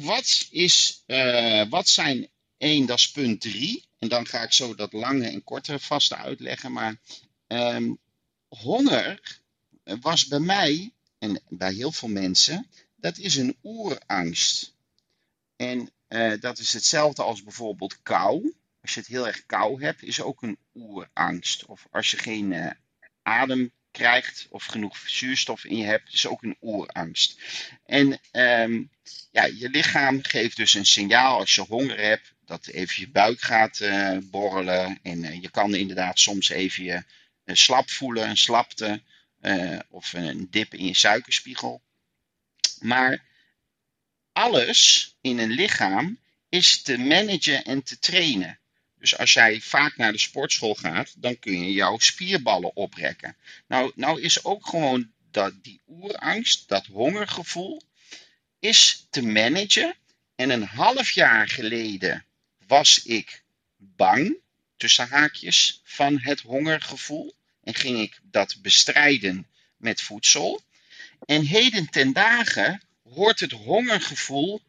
wat zijn één, dat is punt 3. En dan ga ik zo dat lange en korte vaste uitleggen. Maar ehm, honger was bij mij en bij heel veel mensen, dat is een oerangst. En dat is hetzelfde als bijvoorbeeld kou. Als je het heel erg kou hebt, is ook een oerangst. Of als je geen adem krijgt of genoeg zuurstof in je hebt, is ook een oerangst. En ja, je lichaam geeft dus een signaal als je honger hebt, dat even je buik gaat borrelen. En je kan inderdaad soms even je slap voelen, een slapte of een dip in je suikerspiegel. Maar alles in een lichaam is te managen en te trainen. Dus als jij vaak naar de sportschool gaat, dan kun je jouw spierballen oprekken. Nou is ook gewoon die oerangst, dat hongergevoel, is te managen. En een half jaar geleden was ik bang, tussen haakjes, van het hongergevoel. En ging ik dat bestrijden met voedsel. En heden ten dagen hoort het hongergevoel,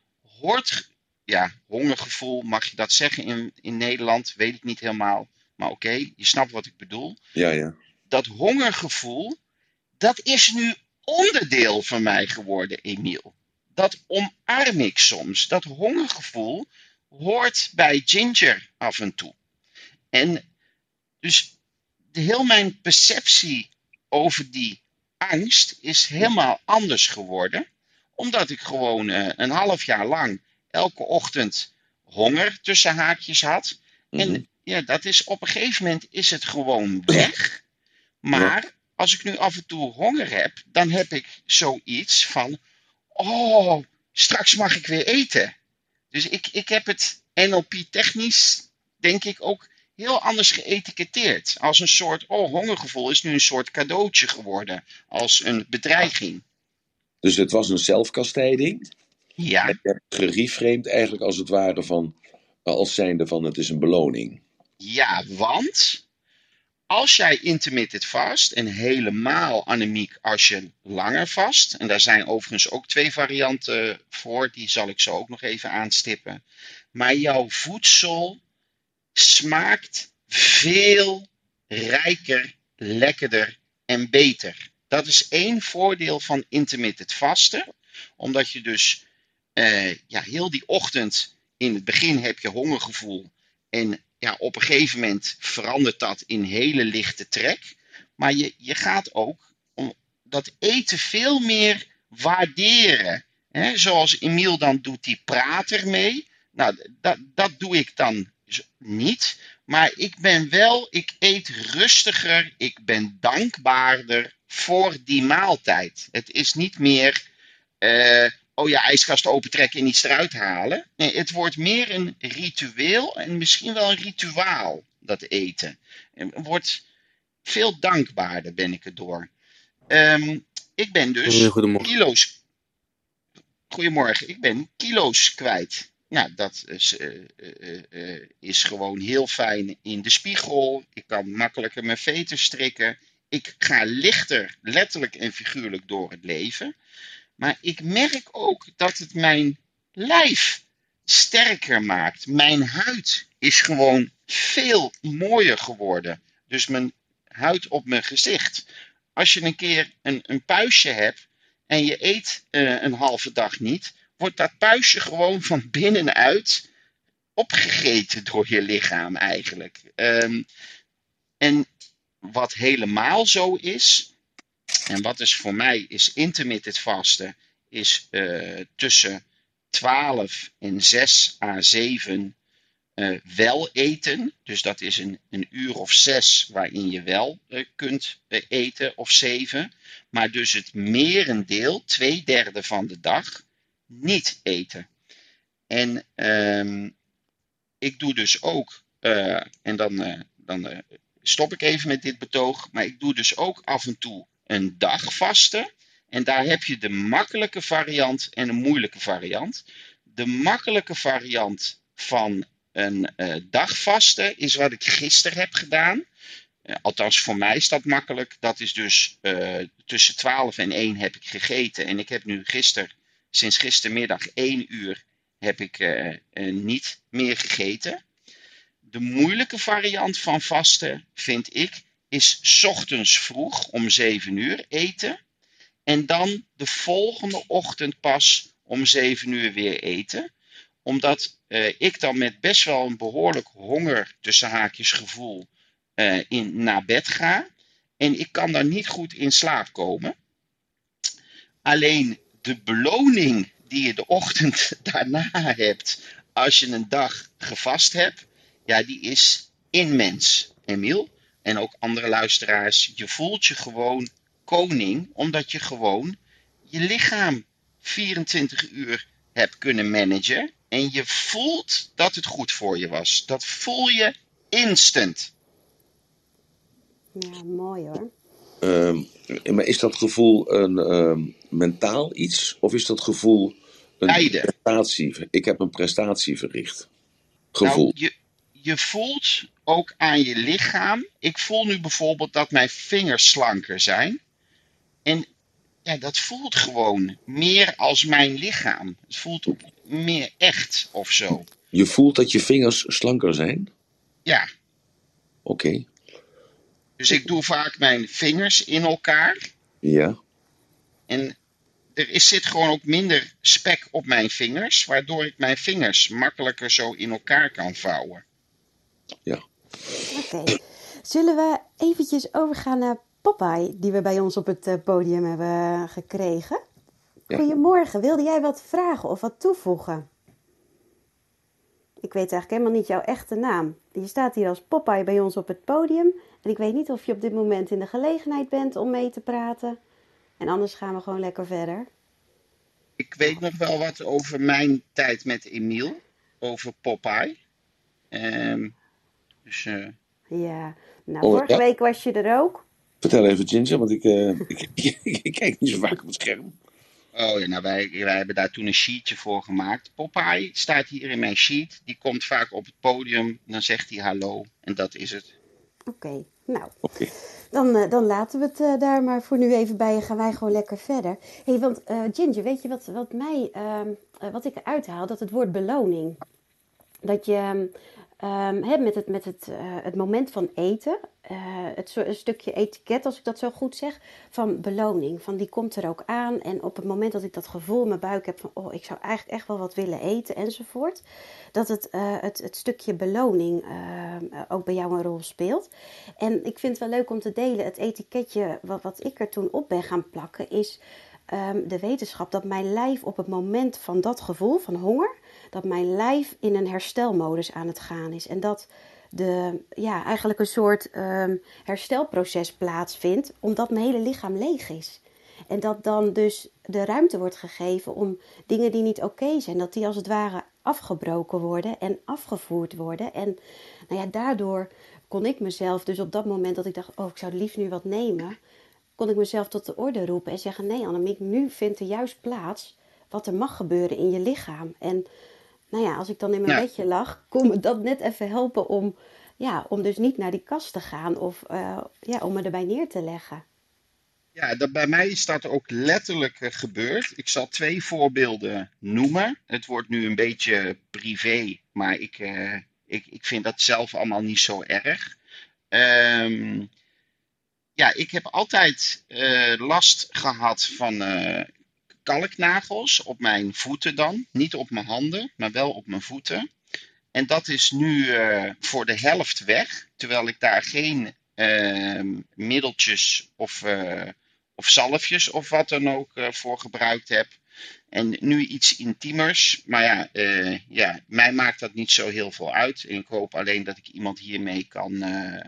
hongergevoel, mag je dat zeggen in Nederland? Weet ik niet helemaal. Maar oké, je snapt wat ik bedoel. Ja, ja. Dat hongergevoel, dat is nu onderdeel van mij geworden, Emiel. Dat omarm ik soms. Dat hongergevoel hoort bij Ginger af en toe. En dus heel mijn perceptie over die angst is helemaal anders geworden. Omdat ik gewoon een half jaar lang elke ochtend honger tussen haakjes had. Mhm. En ja, dat is op een gegeven moment is het gewoon weg. Maar als ik nu af en toe honger heb, dan heb ik zoiets van, oh, straks mag ik weer eten. Dus ik heb het NLP-technisch, denk ik, ook heel anders geëtiketteerd. Als een soort, hongergevoel is nu een soort cadeautje geworden. Als een bedreiging. Dus het was een zelfkastijding. Ja, En je hebt gereframed eigenlijk als het ware van, als zijnde van het is een beloning. ja, want als jij intermittent vast, en helemaal anemiek als je langer vast, en daar zijn overigens ook 2 varianten voor, die zal ik zo ook nog even aanstippen. Maar jouw voedsel smaakt veel rijker, lekkerder en beter. Dat is één voordeel van intermittent vasten. Omdat je dus heel die ochtend, in het begin heb je hongergevoel. En ja, op een gegeven moment verandert dat in hele lichte trek. Maar je gaat ook dat eten veel meer waarderen. Zoals Emiel dan doet, die praat ermee. Nou, dat doe ik dan niet. Maar ik eet rustiger, ik ben dankbaarder voor die maaltijd. Het is niet meer, ijskast opentrekken en iets eruit halen. Nee, het wordt meer een ritueel en misschien wel een rituaal, dat eten. En wordt veel dankbaarder ben ik erdoor. Ik ben dus Goedemorgen. ik ben kilo's kwijt. Nou, dat is gewoon heel fijn in de spiegel. Ik kan makkelijker mijn veten strikken. Ik ga lichter, letterlijk en figuurlijk, door het leven. Maar ik merk ook dat het mijn lijf sterker maakt. Mijn huid is gewoon veel mooier geworden. Dus mijn huid op mijn gezicht. Als je een keer een puistje hebt en je eet een halve dag niet, wordt dat puistje gewoon van binnenuit opgegeten door je lichaam eigenlijk. En wat helemaal zo is, en wat is voor mij is intermittent vasten, is tussen 12 en 6 à 7 wel eten. Dus dat is een uur of 6 waarin je wel kunt eten, of 7. Maar dus het merendeel, 2/3 van de dag, niet eten. En ik doe dus ook, en dan stop ik even met dit betoog, maar ik doe dus ook af en toe een dag vasten. En daar heb je de makkelijke variant en een moeilijke variant. De makkelijke variant van een dag vasten is wat ik gisteren heb gedaan. Althans, voor mij is dat makkelijk. Dat is dus tussen 12 en 1 heb ik gegeten. En ik heb nu sinds gistermiddag 1 uur heb ik niet meer gegeten. De moeilijke variant van vasten, vind ik, is 's ochtends vroeg om 7 uur eten. En dan de volgende ochtend pas om 7 uur weer eten. Omdat ik dan met best wel een behoorlijk honger, tussen haakjes, gevoel naar bed ga. En ik kan daar niet goed in slaap komen. Alleen de beloning die je de ochtend daarna hebt, als je een dag gevast hebt, ja, die is immens, Emiel. En ook andere luisteraars, je voelt je gewoon koning, omdat je gewoon je lichaam 24 uur hebt kunnen managen. En je voelt dat het goed voor je was. Dat voel je instant. Ja, mooi hoor. Maar is dat gevoel een mentaal iets? Of is dat gevoel een Beide. prestatie? Ik heb een prestatie verricht. Gevoel. Nou, je voelt ook aan je lichaam. Ik voel nu bijvoorbeeld dat mijn vingers slanker zijn. En ja, dat voelt gewoon meer als mijn lichaam. Het voelt meer echt of zo. Je voelt dat je vingers slanker zijn? Ja. Oké. Dus ik doe vaak mijn vingers in elkaar. Ja. En zit gewoon ook minder spek op mijn vingers, waardoor ik mijn vingers makkelijker zo in elkaar kan vouwen. Ja. Oké. Zullen we eventjes overgaan naar Popeye, die we bij ons op het podium hebben gekregen? Ja. Goedemorgen, wilde jij wat vragen of wat toevoegen? Ik weet eigenlijk helemaal niet jouw echte naam. Je staat hier als Popeye bij ons op het podium. En ik weet niet of je op dit moment in de gelegenheid bent om mee te praten. En anders gaan we gewoon lekker verder. Ik weet nog wel wat over mijn tijd met Emiel. Over Popeye. Ja, nou vorige week was je er ook. Vertel even, Ginger, want ik kijk niet zo vaak op het scherm. Oh ja, nou wij hebben daar toen een sheetje voor gemaakt. Popeye staat hier in mijn sheet. Die komt vaak op het podium. Dan zegt hij hallo. En dat is het. Oké, nou. Oké. Dan laten we het daar maar voor nu even bij en gaan wij gewoon lekker verder. Hey, want Ginger, weet je wat ik eruit haal? Dat het woord beloning. Dat je met het moment van eten, een stukje etiket, als ik dat zo goed zeg, van beloning. Van die komt er ook aan. En op het moment dat ik dat gevoel in mijn buik heb van, oh, ik zou eigenlijk echt wel wat willen eten enzovoort. Dat het stukje beloning ook bij jou een rol speelt. En ik vind het wel leuk om te delen. Het etiketje wat ik er toen op ben gaan plakken is de wetenschap dat mijn lijf op het moment van dat gevoel van honger, dat mijn lijf in een herstelmodus aan het gaan is. En dat eigenlijk een soort herstelproces plaatsvindt, omdat mijn hele lichaam leeg is. En dat dan dus de ruimte wordt gegeven om dingen die niet oké zijn, dat die als het ware afgebroken worden en afgevoerd worden. En daardoor kon ik mezelf dus op dat moment dat ik dacht, ik zou liefst nu wat nemen, kon ik mezelf tot de orde roepen en zeggen, nee Annemiek, nu vindt er juist plaats wat er mag gebeuren in je lichaam. En als ik dan in mijn bedje lag, kon me dat net even helpen om dus niet naar die kast te gaan of om me erbij neer te leggen. Ja, bij mij is dat ook letterlijk gebeurd. Ik zal 2 voorbeelden noemen. Het wordt nu een beetje privé, maar ik vind dat zelf allemaal niet zo erg. Ik heb altijd last gehad van kalknagels op mijn voeten dan. Niet op mijn handen, maar wel op mijn voeten. En dat is nu voor de helft weg, terwijl ik daar geen middeltjes of zalfjes of wat dan ook voor gebruikt heb. En nu iets intiemers. Maar mij maakt dat niet zo heel veel uit. En ik hoop alleen dat ik iemand hiermee kan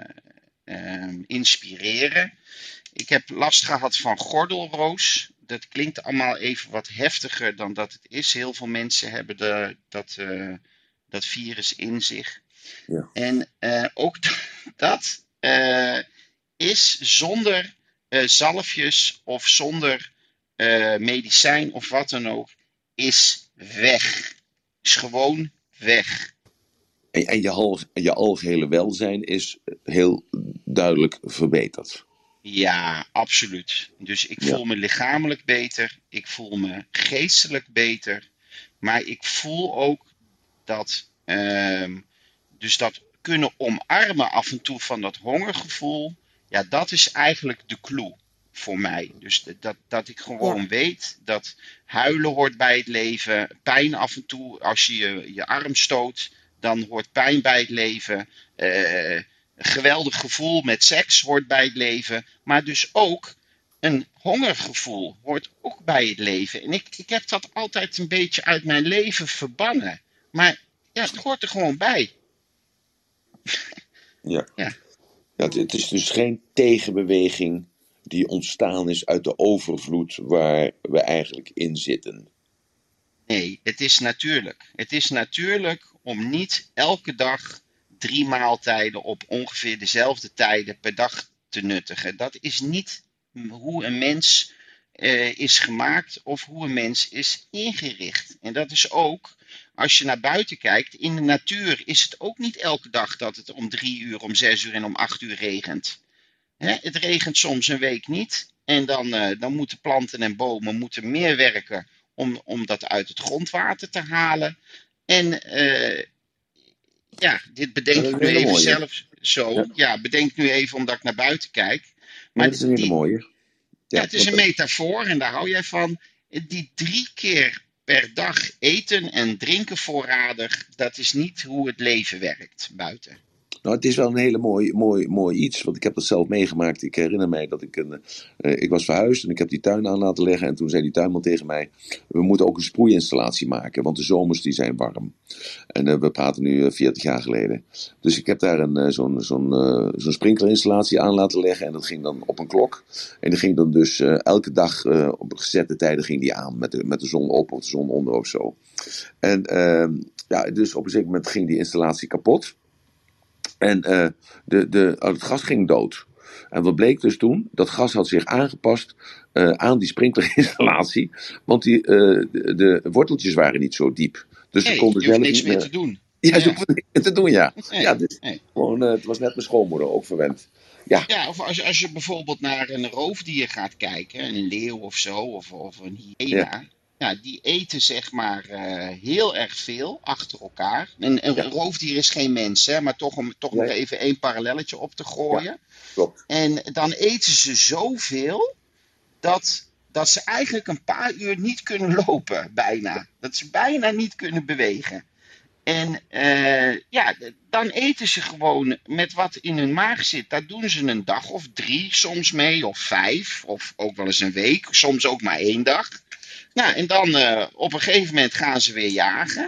inspireren. Ik heb last gehad van gordelroos. Dat klinkt allemaal even wat heftiger dan dat het is. Heel veel mensen hebben dat virus in zich. Ja. En ook dat is zonder zalfjes of zonder medicijn of wat dan ook, is weg. Is gewoon weg. En je algehele welzijn is heel duidelijk verbeterd. Ja, absoluut. Dus ik voel me lichamelijk beter. Ik voel me geestelijk beter. Maar ik voel ook dat dus dat kunnen omarmen af en toe van dat hongergevoel. Ja, dat is eigenlijk de clue voor mij. Dus dat ik gewoon weet dat huilen hoort bij het leven. Pijn af en toe, als je je arm stoot, dan hoort pijn bij het leven. Een geweldig gevoel met seks hoort bij het leven. Maar dus ook een hongergevoel hoort ook bij het leven. En ik heb dat altijd een beetje uit mijn leven verbannen. Maar ja, het hoort er gewoon bij. Ja. Het is dus geen tegenbeweging die ontstaan is uit de overvloed waar we eigenlijk in zitten. Nee, het is natuurlijk. Het is natuurlijk om niet elke dag 3 maaltijden op ongeveer dezelfde tijden per dag te nuttigen. Dat is niet hoe een mens is gemaakt of hoe een mens is ingericht. En dat is ook, als je naar buiten kijkt, in de natuur is het ook niet elke dag dat het om 3 uur, om 6 uur en om 8 uur regent. Het regent soms een week niet. En dan moeten planten en bomen moeten meer werken om dat uit het grondwater te halen. En dit bedenk ik nu even zelf zo. Ja, bedenk nu even omdat ik naar buiten kijk. Maar dat is een hele mooie. Ja, het is een metafoor en daar hou jij van. Die 3 keer per dag eten en drinken voorradig, dat is niet hoe het leven werkt buiten. Nou, het is wel een hele mooi iets, want ik heb dat zelf meegemaakt. Ik herinner mij dat ik was verhuisd en ik heb die tuin aan laten leggen. En toen zei die tuinman tegen mij, we moeten ook een sproeiinstallatie maken, want de zomers die zijn warm. En we praten nu 40 jaar geleden. Dus ik heb daar zo'n sprinklerinstallatie aan laten leggen en dat ging dan op een klok. En die ging dan dus elke dag op gezette tijden ging die aan, met de zon op of de zon onder of zo. En dus op een zeker moment ging die installatie kapot. En het gas ging dood. En wat bleek dus toen? Dat gas had zich aangepast aan die sprinklerinstallatie. Want de worteltjes waren niet zo diep. Dus ze konden zelf niks niet meer te doen. Ja, ze hoefden niks meer te doen, ja. Nee. Gewoon, het was net mijn schoonmoeder ook verwend. Ja, of als je bijvoorbeeld naar een roofdier gaat kijken, een leeuw of zo, of een hyena. Ja, die eten zeg maar heel erg veel achter elkaar. Een roofdier is geen mens, hè, maar toch om nog even 1 parallelletje op te gooien. Ja, klopt. En dan eten ze zoveel dat ze eigenlijk een paar uur niet kunnen lopen, bijna. Dat ze bijna niet kunnen bewegen. En dan eten ze gewoon met wat in hun maag zit. Daar doen ze een dag of 3 soms mee, of 5, of ook wel eens een week, soms ook maar 1 dag. Nou, en dan op een gegeven moment gaan ze weer jagen.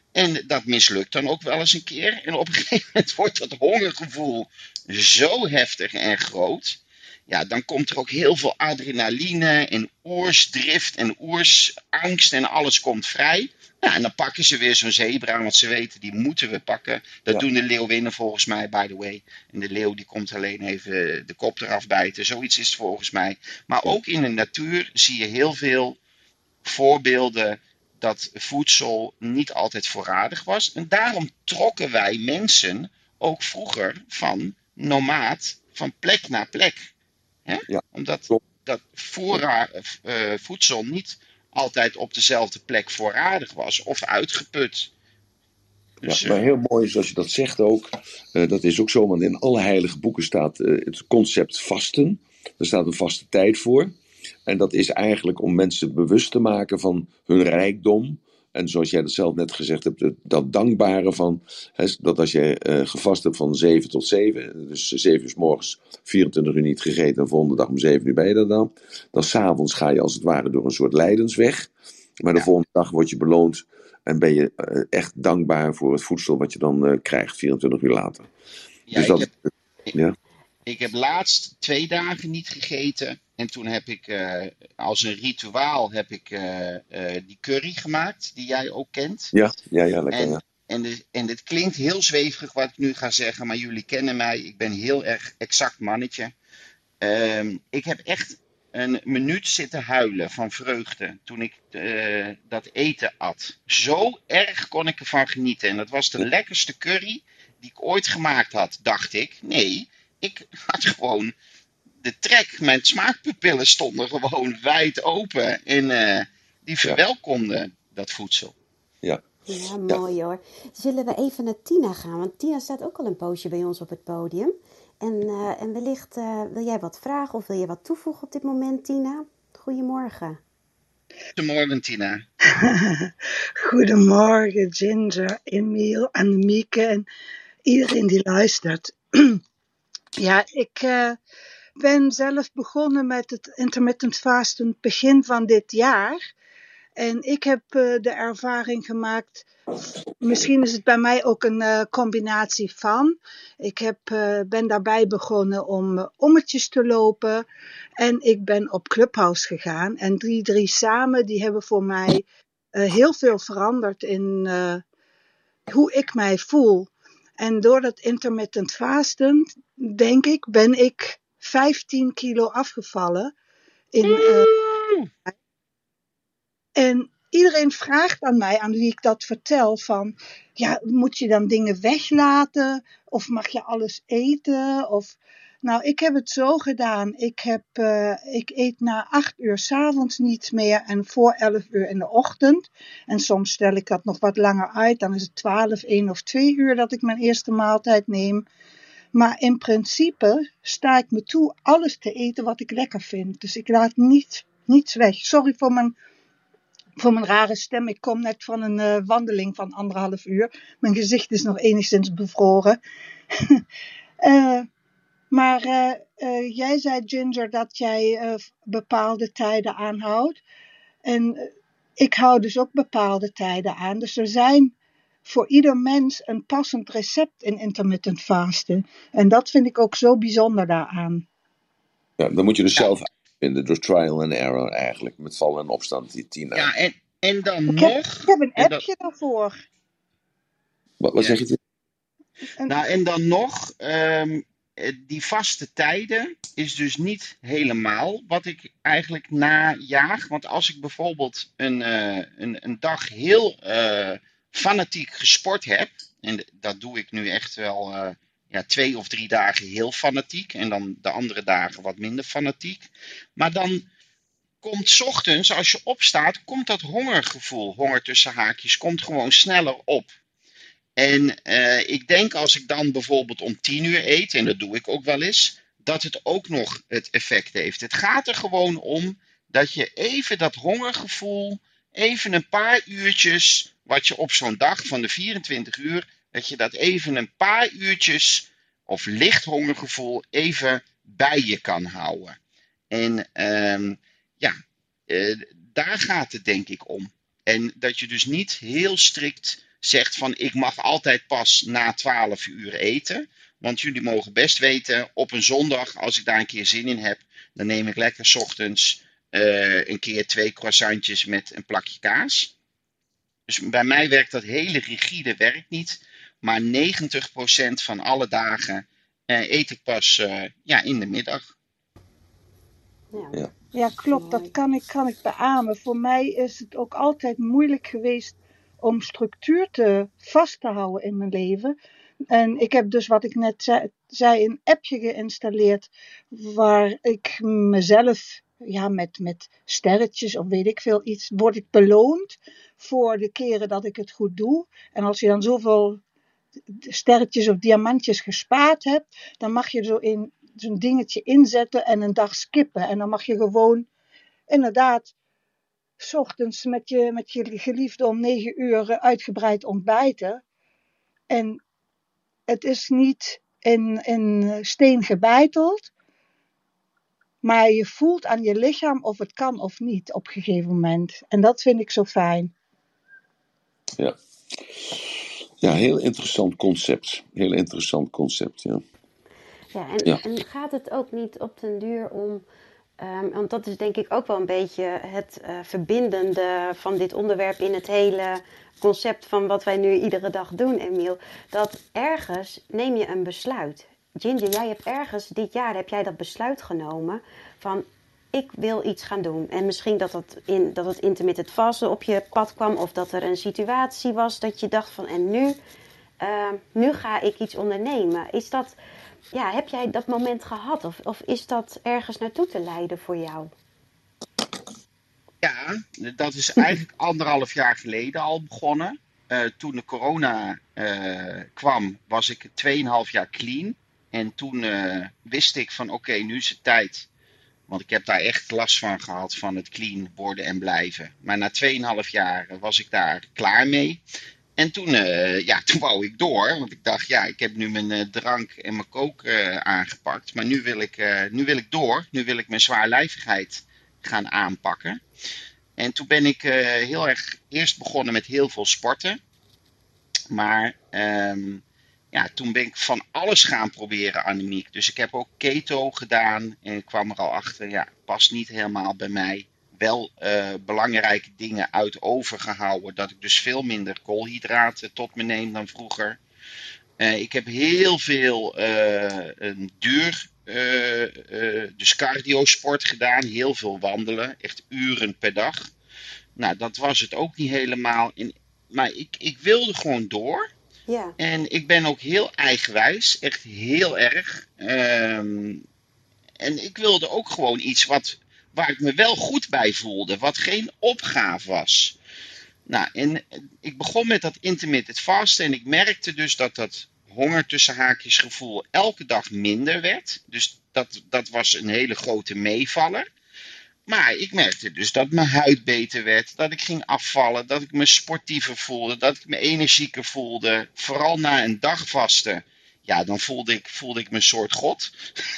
En dat mislukt dan ook wel eens een keer. En op een gegeven moment wordt dat hongergevoel zo heftig en groot. Ja, dan komt er ook heel veel adrenaline en oersdrift en oersangst en alles komt vrij. Ja, en dan pakken ze weer zo'n zebra, want ze weten die moeten we pakken. Dat Ja, doen de leeuwinnen volgens mij, by the way. En de leeuw die komt alleen even de kop eraf bijten. Zoiets is het volgens mij. Maar ja, ook in de natuur zie je heel veel voorbeelden dat voedsel niet altijd voorradig was. En daarom trokken wij mensen ook vroeger van nomaat, van plek naar plek. Hè? ja, Omdat klopt. dat Ja. voedsel niet altijd op dezelfde plek voorradig was of uitgeput. Ja, Dus maar heel mooi is als je dat zegt ook. Dat is ook zo, want in alle heilige boeken staat het concept vasten. Er staat een vaste tijd voor. En dat is eigenlijk om mensen bewust te maken van hun rijkdom. En zoals jij dat zelf net gezegd hebt, dat dankbare van. Dat als je gevast hebt van 7 tot 7, dus 7 uur 's morgens, 24 uur niet gegeten en volgende dag om 7 uur ben je er dan. Dan s'avonds ga je als het ware door een soort lijdensweg. Maar de ja, volgende dag word je beloond en ben je echt dankbaar voor het voedsel wat je dan krijgt 24 uur later. ja Dus ik, dat, heb, ik, ja, ik heb laatst 2 dagen niet gegeten. En toen heb ik als een rituaal heb ik, die curry gemaakt, die jij ook kent. ja, ja, ja, lekker, En, ja. en dit klinkt heel zweverig wat ik nu ga zeggen, maar jullie kennen mij. Ik ben heel erg exact mannetje. Ik heb echt een minuut zitten huilen van vreugde toen ik dat eten at. Zo erg kon ik ervan genieten. En dat was de lekkerste curry die ik ooit gemaakt had, dacht ik. Nee, ik had gewoon de trek. Mijn smaakpapillen stonden gewoon wijd open. En die Ja, verwelkomden dat voedsel. ja, Ja, ja. mooi hoor. Zullen we even naar Tina gaan? Want Tina staat ook al een poosje bij ons op het podium. En wellicht wil jij wat vragen of wil je wat toevoegen op dit moment, Tina? Goedemorgen. Goedemorgen, Tina. Goedemorgen, Ginger, Emiel, Annemieke en iedereen die luistert. Ja, ik ben zelf begonnen met het intermittent fasten begin van dit jaar. En ik heb de ervaring gemaakt, misschien is het bij mij ook een combinatie van. Ik ben daarbij begonnen om ommetjes te lopen. En ik ben op Clubhouse gegaan. En die drie samen, die hebben voor mij heel veel veranderd in hoe ik mij voel. En door dat intermittent fasten, denk ik, ben ik 15 kilo afgevallen. Woe! En iedereen vraagt aan mij, aan wie ik dat vertel, van, ja, moet je dan dingen weglaten? Of mag je alles eten? Nou, ik heb het zo gedaan. Ik eet na 8 uur 's avonds niet meer en voor 11 uur in de ochtend. En soms stel ik dat nog wat langer uit. Dan is het 12, 1 of 2 uur dat ik mijn eerste maaltijd neem. Maar in principe sta ik me toe alles te eten wat ik lekker vind. Dus ik laat niets weg. Sorry voor mijn rare stem. Ik kom net van een wandeling van 1,5 uur. Mijn gezicht is nog enigszins bevroren. Maar jij zei, Ginger, dat jij bepaalde tijden aanhoudt. En ik hou dus ook bepaalde tijden aan. Dus er zijn voor ieder mens een passend recept in intermittent fasten. En dat vind ik ook zo bijzonder daaraan. Ja, dan moet je dus Ja, zelf uitvinden, door trial and error eigenlijk, met vallen en opstaan, die Tina. ja en dan Ik nog. heb een En dat, appje daarvoor. Wat ja. zeg je? Nou, en dan nog, die vaste tijden is dus niet helemaal wat ik eigenlijk najaag. Want als ik bijvoorbeeld een dag heel fanatiek gesport heb, en dat doe ik nu echt wel ja, 2 of 3 dagen heel fanatiek, en dan de andere dagen wat minder fanatiek. Maar dan komt 's ochtends, als je opstaat, komt dat hongergevoel, honger tussen haakjes, komt gewoon sneller op. En ik denk als ik dan bijvoorbeeld om 10 uur eet, en dat doe ik ook wel eens, dat het ook nog het effect heeft. Het gaat er gewoon om dat je even dat hongergevoel, even een paar uurtjes, wat je op zo'n dag van de 24 uur, dat je dat even een paar uurtjes, of licht hongergevoel, even bij je kan houden. En ja, daar gaat het denk ik om. En dat je dus niet heel strikt zegt van ik mag altijd pas na 12 uur eten. Want jullie mogen best weten, op een zondag, als ik daar een keer zin in heb, dan neem ik lekker 's ochtends een keer 2 croissantjes met een plakje kaas. Dus bij mij werkt dat hele rigide werk niet. Maar 90% van alle dagen eet ik pas in de middag. Ja, Ja. Ja, klopt. Dat kan ik beamen. Voor mij is het ook altijd moeilijk geweest om structuur vast te houden in mijn leven. En ik heb dus, wat ik net zei, een appje geïnstalleerd waar ik mezelf, met sterretjes of weet ik veel iets, word ik beloond voor de keren dat ik het goed doe. En als je dan zoveel sterretjes of diamantjes gespaard hebt, dan mag je zo in zo'n dingetje inzetten en een dag skippen. En dan mag je gewoon inderdaad 's ochtends met je geliefde om 9 uur uitgebreid ontbijten. En het is niet in steen gebeiteld, maar je voelt aan je lichaam of het kan of niet op een gegeven moment. En dat vind ik zo fijn. Ja. Ja, heel interessant concept. Heel interessant concept, ja. Ja, Ja. en gaat het ook niet op den duur om... want dat is denk ik ook wel een beetje het verbindende van dit onderwerp in het hele concept van wat wij nu iedere dag doen, Emiel. Dat ergens neem je een besluit. Ginger, jij hebt ergens dit jaar heb jij dat besluit genomen van ik wil iets gaan doen. En misschien dat het intermittent vasten op je pad kwam of dat er een situatie was dat je dacht van en nu ga ik iets ondernemen. Is dat... Ja, heb jij dat moment gehad of is dat ergens naartoe te leiden voor jou? Ja, dat is eigenlijk 1,5 jaar geleden al begonnen. Toen de corona kwam, was ik 2,5 jaar clean. En toen wist ik van oké, nu is het tijd. Want ik heb daar echt last van gehad, van het clean worden en blijven. Maar na 2,5 jaar was ik daar klaar mee. En toen wou ik door. Want ik dacht, ik heb nu mijn drank en mijn kook aangepakt. Maar nu wil ik door. Nu wil ik mijn zwaarlijvigheid gaan aanpakken. En toen ben ik heel erg eerst begonnen met heel veel sporten. Maar toen ben ik van alles gaan proberen, Annemiek. Dus ik heb ook keto gedaan. En ik kwam er al achter, past niet helemaal bij mij. Wel belangrijke dingen uit overgehouden. Dat ik dus veel minder koolhydraten tot me neem dan vroeger. Ik heb heel veel dus cardio sport gedaan. Heel veel wandelen. Echt uren per dag. Nou, dat was het ook niet helemaal. Maar ik wilde gewoon door. Ja. En ik ben ook heel eigenwijs. Echt heel erg. En ik wilde ook gewoon iets waar ik me wel goed bij voelde. Wat geen opgave was. Nou, en ik begon met dat intermittent fasten. En ik merkte dus dat honger tussen haakjes gevoel elke dag minder werd. Dus dat was een hele grote meevaller. Maar ik merkte dus dat mijn huid beter werd. Dat ik ging afvallen. Dat ik me sportiever voelde. Dat ik me energieker voelde. Vooral na een dag vasten. Ja, dan voelde ik me een soort god.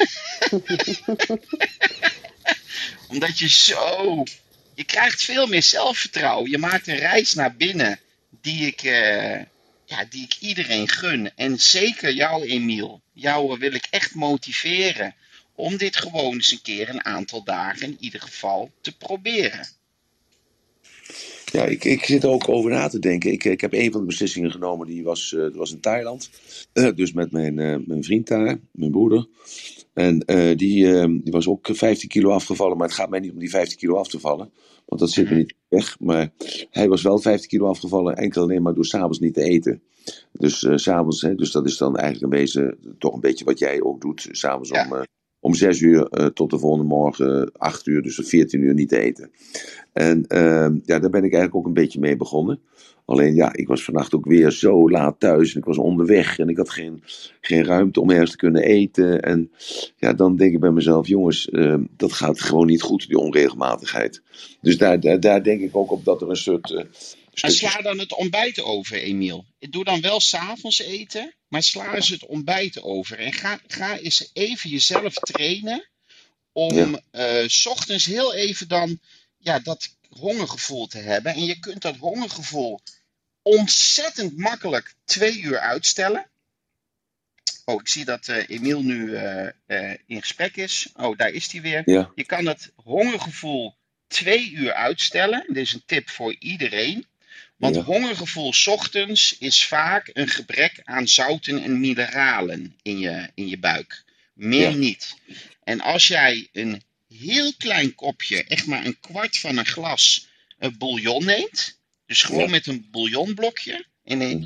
Omdat je krijgt veel meer zelfvertrouwen. Je maakt een reis naar binnen die ik iedereen gun. En zeker jou, Emiel. Jou wil ik echt motiveren om dit gewoon eens een keer een aantal dagen in ieder geval te proberen. Ja, ik zit er ook over na te denken. Ik heb een van de beslissingen genomen, die was in Thailand. Dus met mijn vriend daar, mijn broeder. En die was ook 15 kilo afgevallen. Maar het gaat mij niet om die 15 kilo af te vallen. Want dat zit me niet weg. Maar hij was wel 15 kilo afgevallen. Enkel alleen maar door 's avonds niet te eten. Dus 's avonds, dus dat is dan eigenlijk toch een beetje wat jij ook doet. 's avonds om 6 uur tot de volgende morgen 8 uur. Dus 14 uur niet te eten. En daar ben ik eigenlijk ook een beetje mee begonnen. Alleen ik was vannacht ook weer zo laat thuis. En ik was onderweg. En ik had geen ruimte om ergens te kunnen eten. En dan denk ik bij mezelf, jongens, dat gaat gewoon niet goed, die onregelmatigheid. Dus daar denk ik ook op dat er een soort... Maar sla dan het ontbijt over, Emiel. Doe dan wel 's avonds eten, maar sla eens het ontbijt over. En ga eens even jezelf trainen om 's ochtends heel even dan dat hongergevoel te hebben. En je kunt dat hongergevoel ontzettend makkelijk 2 uur uitstellen. Oh, ik zie dat Emiel nu in gesprek is. Oh, daar is hij weer. Ja, Je kan het hongergevoel 2 uur uitstellen. Dit is een tip voor iedereen. Want ja, hongergevoel 's ochtends is vaak een gebrek aan zouten en mineralen in je buik. Meer ja, niet. En als jij een heel klein kopje, echt maar een kwart van een glas bouillon neemt. Dus gewoon ja. met een bouillonblokje Mhm.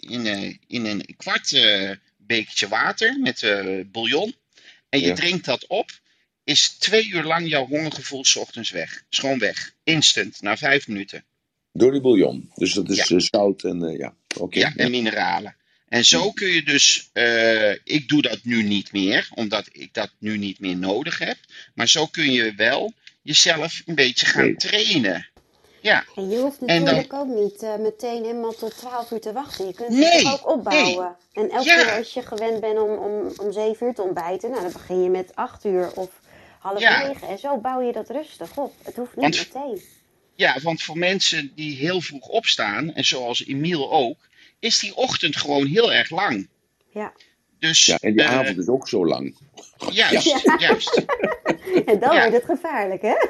in een kwart bekertje water met bouillon. En je Ja. drinkt dat op. Is 2 uur lang jouw hongergevoel 's ochtends weg. Is gewoon weg. Instant, na 5 minuten. Door die bouillon. Dus dat Ja. is zout en ja. Oké. Ja, en Ja. mineralen. En zo kun je dus, ik doe dat nu niet meer, omdat ik dat nu niet meer nodig heb. Maar zo kun je wel jezelf een beetje gaan Oké. trainen. Ja, En je hoeft en dan, natuurlijk ook niet meteen helemaal tot 12 uur te wachten. Je kunt het toch nee, ook opbouwen. En elke keer ja, als je gewend bent om 7 uur te ontbijten, nou, dan begin je met 8 uur of half ja, 9. En zo bouw je dat rustig op. Het hoeft niet want, meteen. ja, want voor mensen die heel vroeg opstaan, en zoals Emiel ook, is die ochtend gewoon heel erg lang. Ja. Dus, Ja, en die avond is ook zo lang. Ja. juist, Ja. juist, En dan ja, wordt het gevaarlijk, hè?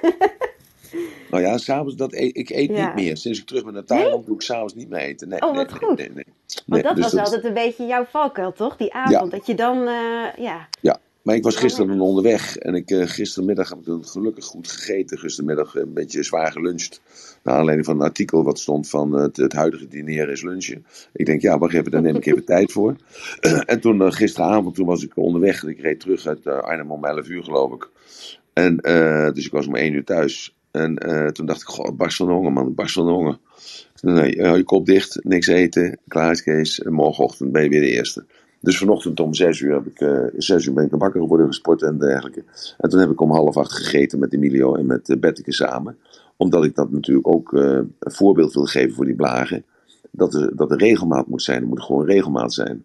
Nou ja, s'avonds ik eet niet Ja. meer. Sinds ik terug ben naar Nee? Thailand doe ik s'avonds niet meer eten. Nee, Oh, nee, wat nee, goed. nee, nee. Want Nee, dat dus was dat, altijd een beetje jouw valkuil, toch? Die ja, avond. Dat je dan, ja, ja. Maar ik was dan gisteren eet. onderweg en gistermiddag heb ik dan gelukkig goed gegeten. Gistermiddag een beetje zwaar geluncht. Naar aanleiding van een artikel wat stond van het huidige diner is lunchen. Ik denk, ja, wacht even, daar neem ik even tijd voor. En toen gisteravond, toen was ik onderweg. Ik reed terug uit Arnhem om 11 uur, geloof ik. En dus ik was om 1 uur thuis. En toen dacht ik, goh, barst van de honger, man, barst van de honger. Nee, hou je kop dicht, niks eten, klaar is Kees. En morgenochtend ben je weer de eerste. Dus vanochtend om 6 uur, 6 uur ben ik naar wakker geworden, gesport en dergelijke. En toen heb ik om 7:30 gegeten met Emilio en met Betteke samen. Omdat ik dat natuurlijk ook een voorbeeld wil geven voor die blagen. Dat er regelmaat moet zijn, er moet gewoon regelmaat zijn.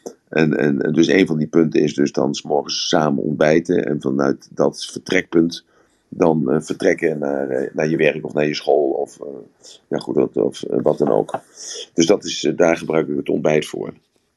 En dus een van die punten is dus dan 's morgens samen ontbijten. En vanuit dat vertrekpunt dan vertrekken naar je werk of naar je school. Of, ja goed, of wat dan ook. Dus dat is, daar gebruik ik het ontbijt voor.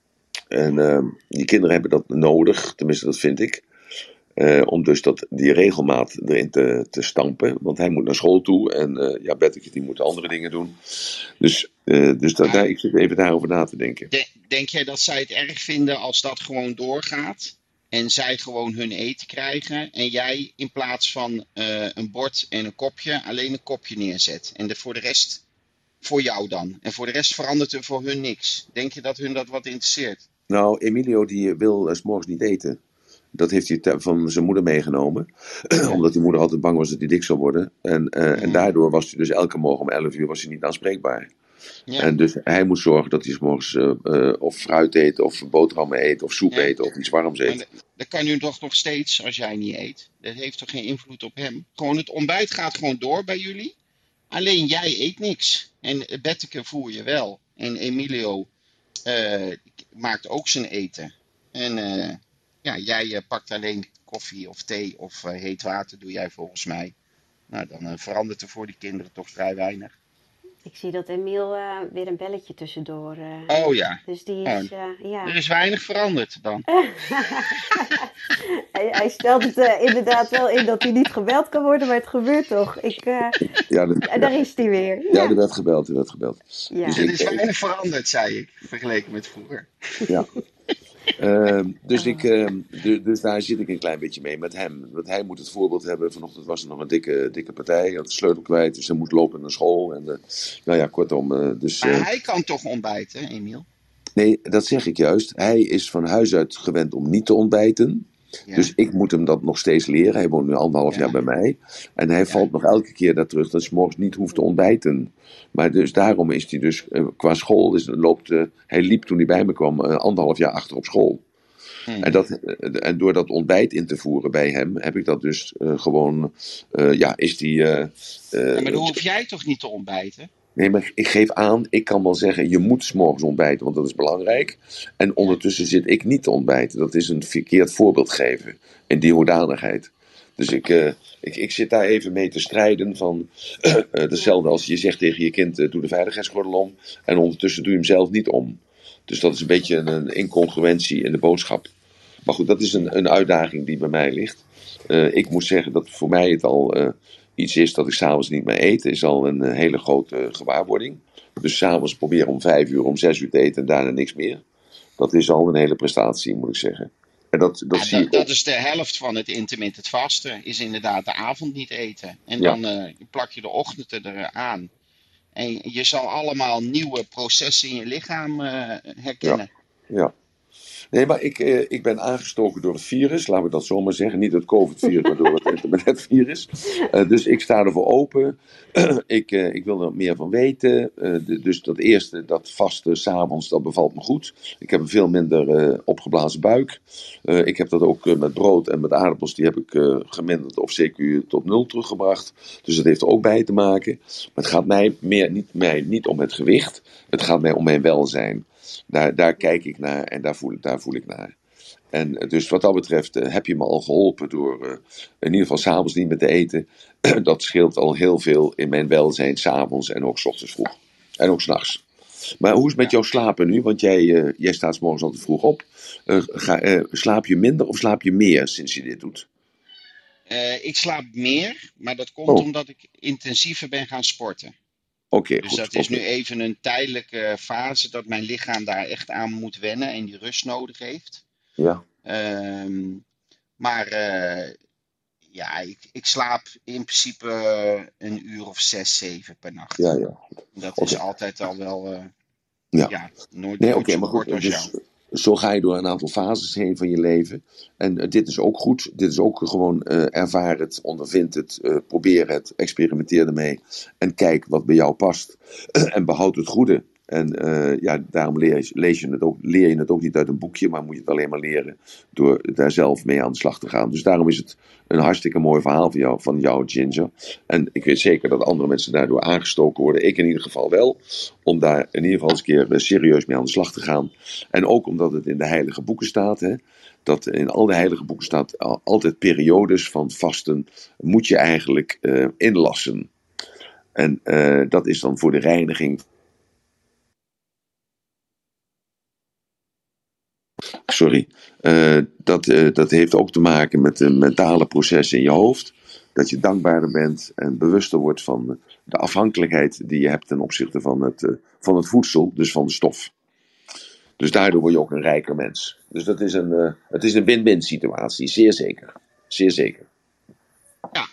En die kinderen hebben dat nodig, tenminste dat vind ik. Om dus die regelmaat erin te stampen. Want hij moet naar school toe. En ja, Betteke die moet andere dingen doen. Dus maar ik zit even daarover na te denken. denk jij dat zij het erg vinden als dat gewoon doorgaat? En zij gewoon hun eten krijgen. En jij in plaats van een bord en een kopje alleen een kopje neerzet. En voor de rest voor jou dan. En voor de rest verandert er voor hun niks. Denk je dat hun dat wat interesseert? Nou, Emilio die wil 's morgens niet eten. Dat heeft hij van zijn moeder meegenomen. Ja. Omdat die moeder altijd bang was dat hij dik zou worden. En daardoor was hij dus elke morgen om 11 uur was hij niet aanspreekbaar. Ja. En dus hij moest zorgen dat hij 's morgens of fruit eet, of boterhammen eet, of soep Ja. eet, of iets warms Maar eet. dat kan u toch nog steeds als jij niet eet. Dat heeft toch geen invloed op hem? Gewoon het ontbijt gaat gewoon door bij jullie. Alleen jij eet niks. En Betteke voer je wel. En Emilio maakt ook zijn eten. En ja, jij pakt alleen koffie of thee of heet water, doe jij volgens mij. Nou, dan verandert er voor die kinderen toch vrij weinig. Ik zie dat Emiel weer een belletje tussendoor Oh heeft. ja. Dus die Oh, is, ja. er is weinig veranderd dan. Hij stelt het inderdaad wel in dat hij niet gebeld kan worden, maar het gebeurt toch. Ja, Daar is hij weer. ja, Ja. er werd gebeld, Ja. Dus Er is weinig veranderd, zei ik, vergeleken met vroeger. ja. Dus daar zit ik een klein beetje mee met hem. Want hij moet het voorbeeld hebben. Vanochtend was er nog een dikke partij. Hij had de sleutel kwijt, dus hij moest lopen naar school. En nou ja, kortom. Maar hij kan toch ontbijten, Emiel? Nee, dat zeg ik juist. Hij is van huis uit gewend om niet te ontbijten. Ja. Dus ik moet hem dat nog steeds leren. Hij woont nu 1,5 jaar bij mij. En hij valt nog elke keer daar terug dat hij 's morgens niet hoeft te ontbijten. Maar dus daarom is hij dus qua school. Hij liep toen hij bij me kwam 1,5 jaar achter op school. En door dat ontbijt in te voeren bij hem, heb ik dat dus gewoon. Is die. Ja, maar dan hoef jij toch niet te ontbijten? Nee, maar ik geef aan, ik kan wel zeggen, je moet 's morgens ontbijten, want dat is belangrijk. En ondertussen zit ik niet te ontbijten. Dat is een verkeerd voorbeeld geven in die hoedanigheid. Dus ik zit daar even mee te strijden van hetzelfde als je zegt tegen je kind, doe de veiligheidsgordel om en ondertussen doe je hem zelf niet om. Dus dat is een beetje een incongruentie in de boodschap. Maar goed, dat is een uitdaging die bij mij ligt. Ik moet zeggen dat voor mij het al iets is dat ik s'avonds niet meer eet, is al een hele grote gewaarwording. Dus s'avonds proberen om 5 uur, om 6 uur te eten en daarna niks meer. Dat is al een hele prestatie, moet ik zeggen. En dat zie ik dat is de helft van het intermittent vasten, is inderdaad de avond niet eten. En Ja. dan plak je de ochtenden eraan. En je zal allemaal nieuwe processen in je lichaam herkennen. Ja. Nee, maar ik ben aangestoken door het virus, laten we dat zo maar zeggen. Niet het COVID-virus, maar door het internetvirus. Dus ik sta ervoor open. Ik wil er meer van weten. Dus dat eerste, dat vaste 's avonds, dat bevalt me goed. Ik heb een veel minder opgeblazen buik. Ik heb dat ook met brood en met aardappels, die heb ik geminderd of CQ tot 0 teruggebracht. Dus dat heeft er ook bij te maken. Maar het gaat mij niet om het gewicht. Het gaat mij om mijn welzijn. Daar kijk ik naar en daar voel ik naar. En dus wat dat betreft heb je me al geholpen door in ieder geval 's avonds niet meer te eten. Dat scheelt al heel veel in mijn welzijn 's avonds en ook 's ochtends vroeg. En ook 's nachts. Maar hoe is het met jouw slapen nu? Want jij staat 's morgens altijd vroeg op. Slaap je minder of slaap je meer sinds je dit doet? Ik slaap meer, maar dat komt Oh. omdat ik intensiever ben gaan sporten. Oké, Dus goed. dat is Oké. nu even een tijdelijke fase dat mijn lichaam daar echt aan moet wennen en die rust nodig heeft. Ja. Maar ja, ik slaap in principe een uur of 6, 7 per nacht. Ja. Dat Oké. is altijd al wel Ja. nooit Nee, oké, zo maar kort goed. als jou. Dus zo ga je door een aantal fases heen van je leven. En dit is ook goed. Dit is ook gewoon ervaar het, ondervind het, probeer het, experimenteer ermee. En kijk wat bij jou past. En behoud het goede. En daarom leer je het ook niet uit een boekje, maar moet je het alleen maar leren door daar zelf mee aan de slag te gaan. Dus daarom is het een hartstikke mooi verhaal van jou, Ginger. En ik weet zeker dat andere mensen daardoor aangestoken worden. Ik in ieder geval wel. Om daar in ieder geval eens een keer serieus mee aan de slag te gaan. En ook omdat het in de heilige boeken staat. Hè, dat in al de heilige boeken staat altijd periodes van vasten moet je eigenlijk inlassen. En dat is dan voor de reiniging. Sorry. Dat heeft ook te maken met de mentale processen in je hoofd. Dat je dankbaarder bent en bewuster wordt van de afhankelijkheid die je hebt ten opzichte van het voedsel, dus van de stof. Dus daardoor word je ook een rijker mens. Dus het is een win-win situatie, zeer zeker. Zeer zeker. Ja,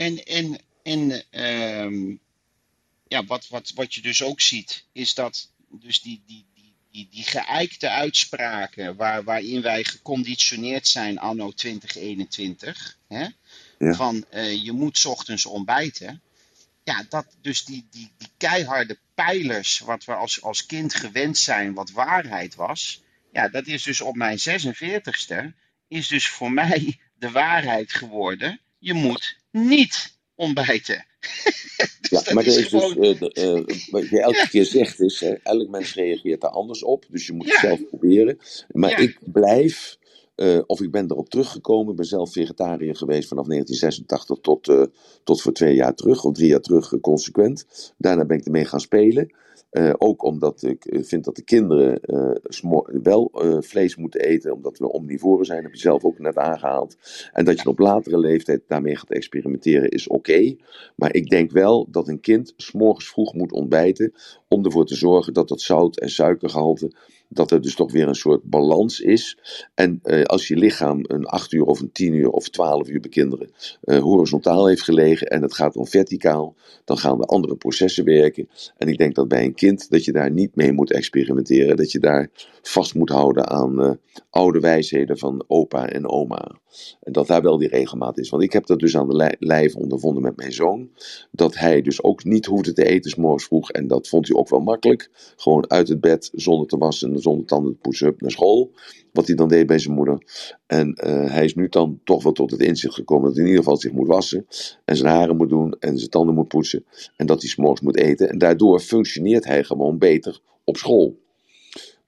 wat je dus ook ziet, is dat dus die geëikte uitspraken waarin wij geconditioneerd zijn anno 2021, hè, Ja. van je moet 's ochtends ontbijten. Ja, dat dus die keiharde pijlers wat we als kind gewend zijn, wat waarheid was. Ja, dat is dus op mijn 46ste, is dus voor mij de waarheid geworden. Je moet niet ontbijten. Dus Ja, maar dat er is is dus, gewoon... wat je elke keer zegt is, elk mens reageert daar anders op. Dus je moet het Ja. zelf proberen. Maar Ja. ik blijf, of ik ben erop teruggekomen. Ik ben zelf vegetariër geweest vanaf 1986 tot voor 2 jaar terug. Of 3 jaar terug consequent. Daarna ben ik ermee gaan spelen. Ook omdat ik vind dat de kinderen wel vlees moeten eten, omdat we omnivoren zijn, heb je zelf ook net aangehaald. En dat je op latere leeftijd daarmee gaat experimenteren is oké. Maar ik denk wel dat een kind 's morgens vroeg moet ontbijten, om ervoor te zorgen dat dat zout- en suikergehalte, dat er dus toch weer een soort balans is. En als je lichaam een 8 uur of een 10 uur of 12 uur bij kinderen horizontaal heeft gelegen en het gaat dan verticaal, dan gaan de andere processen werken. En ik denk dat bij een kind dat je daar niet mee moet experimenteren. Dat je daar vast moet houden aan oude wijsheden van opa en oma. En dat daar wel die regelmaat is. Want ik heb dat dus aan de lijf ondervonden met mijn zoon. Dat hij dus ook niet hoefde te eten 's morgens vroeg. En dat vond hij ook wel makkelijk. Gewoon uit het bed, zonder te wassen, zonder tanden te poetsen, naar school. Wat hij dan deed bij zijn moeder. En hij is nu dan toch wel tot het inzicht gekomen dat hij in ieder geval zich moet wassen. En zijn haren moet doen en zijn tanden moet poetsen. En dat hij 's morgens moet eten. En daardoor functioneert hij gewoon beter op school.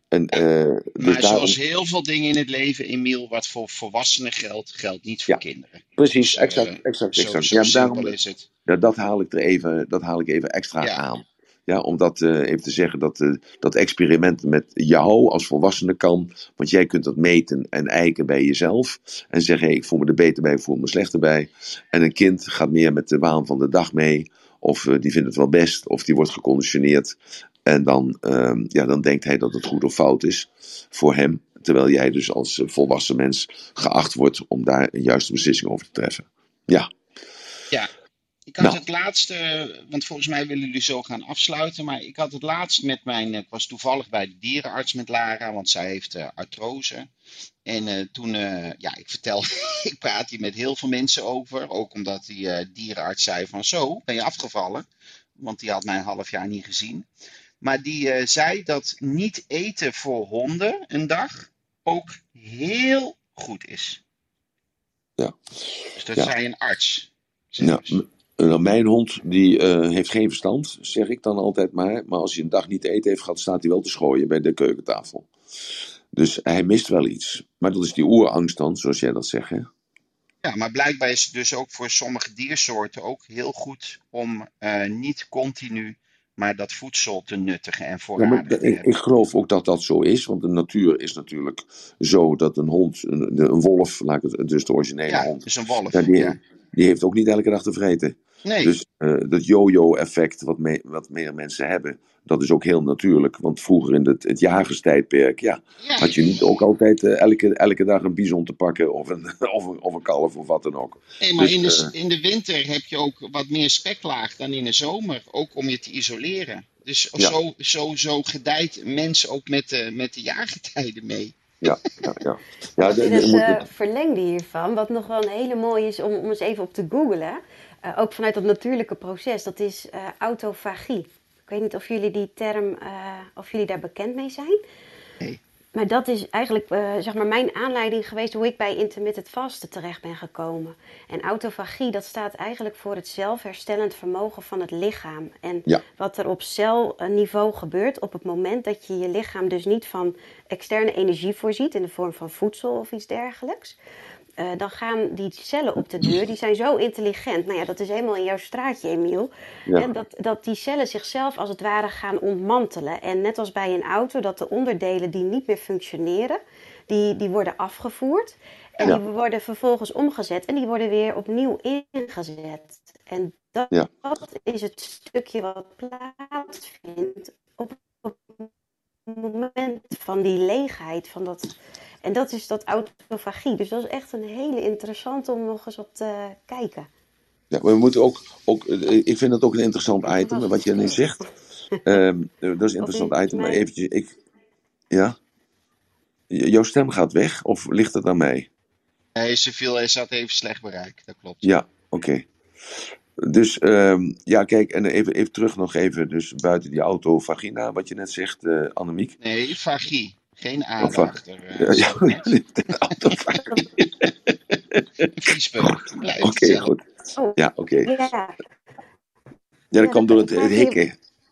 En, dus Maar daarom, zoals heel veel dingen in het leven, Emiel, wat voor volwassenen geldt, geldt niet voor ja, kinderen. precies, Dus exact. zo Ja, simpel daarom, is het. dat haal ik even extra Ja, aan. Ja, om dat even te zeggen, dat experiment met jou als volwassene kan. Want jij kunt dat meten en eiken bij jezelf. En zeggen, hey, ik voel me er beter bij, ik voel me slechter bij. En een kind gaat meer met de waan van de dag mee. Of die vindt het wel best, of die wordt geconditioneerd. En dan denkt hij dat het goed of fout is voor hem. Terwijl jij dus als volwassen mens geacht wordt om daar een juiste beslissing over te treffen. Ja, ja. Ik had nou, het laatste, want volgens mij willen jullie zo gaan afsluiten, maar ik had het laatst met ik was toevallig bij de dierenarts met Lara, want zij heeft artrose. En toen, ik vertel, ik praat hier met heel veel mensen over, ook omdat die dierenarts zei van zo, ben je afgevallen? Want die had mij een half jaar niet gezien. Maar die zei dat niet eten voor honden een dag ook heel goed is. ja. Dus dat Ja. zei een arts Ja, zelfs. nou, mijn hond die heeft geen verstand, zeg ik dan altijd maar. Maar als hij een dag niet te eten heeft gehad, staat hij wel te schooien bij de keukentafel. Dus hij mist wel iets. Maar dat is die oerangst dan, zoals jij dat zegt, hè? Ja, maar blijkbaar is het dus ook voor sommige diersoorten ook heel goed om niet continu maar dat voedsel te nuttigen en Ja, maar voorradig te ik hebben. geloof ook dat dat zo is. Want de natuur is natuurlijk zo dat een hond, een wolf, dus de originele Ja, hond, dus een ja, wolf. Ja. die heeft ook niet elke dag te vreten. Nee. Dus dat yo-yo-effect wat meer mensen hebben, dat is ook heel natuurlijk. Want vroeger in het jagerstijdperk, Ja. had je niet ook altijd elke dag een bison te pakken of een kalf of wat dan ook. Nee, maar Dus in de winter heb je ook wat meer speklaag dan in de zomer. Ook om je te isoleren. Dus ja, zo gedijt mens ook met de jaargetijden mee. ja. Wat in het Moet het, verlengde hiervan, wat nog wel een hele mooie is om eens even op te googlen, ook vanuit dat natuurlijke proces, dat is autofagie. Ik weet niet of jullie die term, of jullie daar bekend mee zijn. Nee. Maar dat is eigenlijk zeg maar mijn aanleiding geweest hoe ik bij intermittent vasten terecht ben gekomen. En autofagie, dat staat eigenlijk voor het zelfherstellend vermogen van het lichaam. En ja, wat er op celniveau gebeurt op het moment dat je je lichaam dus niet van externe energie voorziet in de vorm van voedsel of iets dergelijks. Dan gaan die cellen op de deur, die zijn zo intelligent. Nou ja, dat is helemaal in jouw straatje, Emiel. ja, Hè, dat die cellen zichzelf als het ware gaan ontmantelen. En net als bij een auto, dat de onderdelen die niet meer functioneren, die worden afgevoerd. En ja, die worden vervolgens omgezet en die worden weer opnieuw ingezet. En dat ja. is het stukje wat plaatsvindt op het moment van die leegheid. Van dat, en dat is dat autofagie. Dus dat is echt een hele interessante om nog eens op te kijken. Ja, maar we moeten ook ik vind dat ook een interessant item, wat je nu zegt. Dat is een interessant item, maar eventjes, ja, jouw stem gaat weg, of ligt het aan mij? Hij zat even slecht bereik, dat klopt. Ja, oké. Dus, kijk, en even terug nog even, dus buiten die autovagina, wat je net zegt, Annemiek. Nee, fagie. Geen A Of, daarachter, zei ik net. de autovagina. Viespeuk, blijft Oké, hetzelfde. goed. Oh, Ja, oké. ja. Ja, dat kwam door ik het krijg hikken.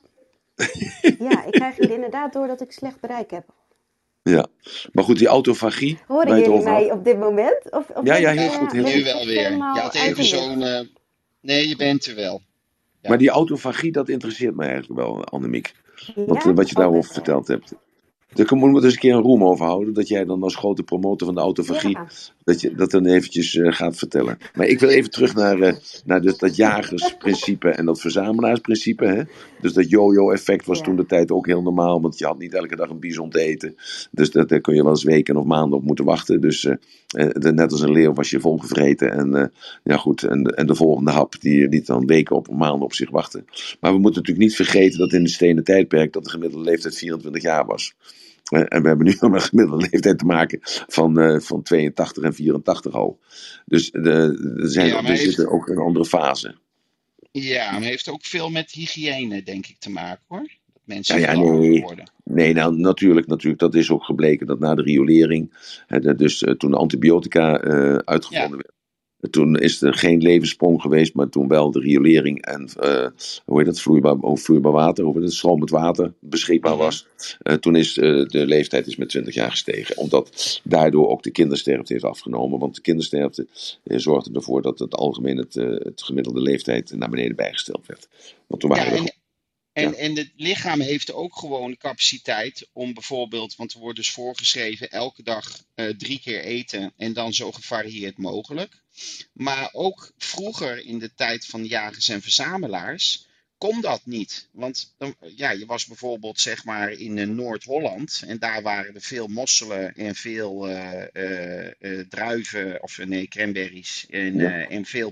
Ja, ik krijg hier inderdaad door dat ik slecht bereik heb. Ja, maar goed, die autofagie, waar Horen je het jullie over mij had. op dit moment? Of Ja, ben ja, ik, heel goed, heel ben Nu ik goed. wel echt weer. Je helemaal had uit even de lucht? Nee, je bent er wel. Ja. Maar die autofagie, dat interesseert mij eigenlijk wel, Annemiek. Want Ja? wat je Oh, daarover verteld hebt. Daar moeten we eens een keer een room over houden. Dat jij dan als grote promotor van de autofagie, ja. dat je dat dan eventjes gaat vertellen. Maar ik wil even terug naar dat jagersprincipe en dat verzamelaarsprincipe. Hè? Dus dat yo-yo-effect was Ja. toen de tijd ook heel normaal. Want je had niet elke dag een bison te eten. Dus daar kun je wel eens weken of maanden op moeten wachten. Dus net als een leeuw was je volgevreten. En en de volgende hap die liet dan weken of maanden op zich wachten. Maar we moeten natuurlijk niet vergeten dat in het stenen tijdperk dat de gemiddelde leeftijd 24 jaar was. En we hebben nu met een gemiddelde leeftijd te maken van 82 en 84 al. Dus er zitten ook een andere fase. Ja, maar heeft ook veel met hygiëne, denk ik, te maken hoor. Dat mensen Ja, veel ouder nee. worden. Nee, nou natuurlijk. Dat is ook gebleken dat na de riolering, toen de antibiotica uitgevonden Ja. werd, Toen is er geen levenssprong geweest, maar toen wel de riolering en vloeibaar water, stromend water beschikbaar was. Toen is de leeftijd is met 20 jaar gestegen, omdat daardoor ook de kindersterfte is afgenomen. Want de kindersterfte zorgde ervoor dat het algemeen het gemiddelde leeftijd naar beneden bijgesteld werd. Want toen waren er En het lichaam heeft ook gewoon de capaciteit om bijvoorbeeld, want er wordt dus voorgeschreven elke dag 3 keer eten en dan zo gevarieerd mogelijk. Maar ook vroeger in de tijd van jagers en verzamelaars kon dat niet. Want je was bijvoorbeeld zeg maar in Noord-Holland en daar waren er veel mosselen en veel druiven, of nee, cranberries en veel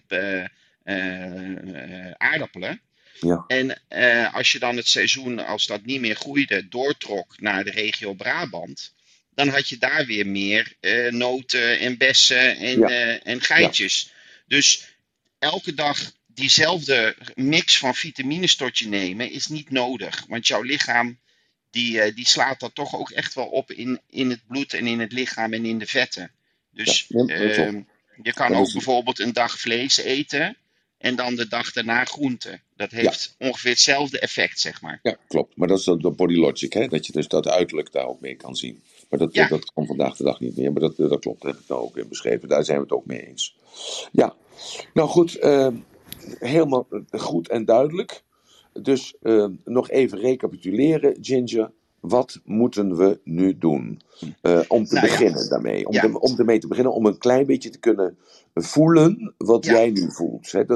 aardappelen. Ja. En als je dan het seizoen, als dat niet meer groeide, doortrok naar de regio Brabant, dan had je daar weer meer noten en bessen en geitjes. Ja. Dus elke dag diezelfde mix van vitamines tot je nemen is niet nodig. Want jouw lichaam die slaat dat toch ook echt wel op in het bloed en in het lichaam en in de vetten. Dus je kan ook bijvoorbeeld een dag vlees eten en dan de dag daarna groente. Dat heeft ongeveer hetzelfde effect, zeg maar. Ja, klopt. Maar dat is de body logic, hè? Dat je dus dat uiterlijk daar ook mee kan zien. Maar dat kan vandaag de dag niet meer. Maar dat klopt, dat heb ik nou ook in beschreven. Daar zijn we het ook mee eens. Ja, nou goed. Helemaal goed en duidelijk. Dus nog even recapituleren, Ginger. Wat moeten we nu doen? Om te beginnen daarmee. Om ermee te beginnen, om een klein beetje te kunnen voelen wat jij nu voelt. Hè?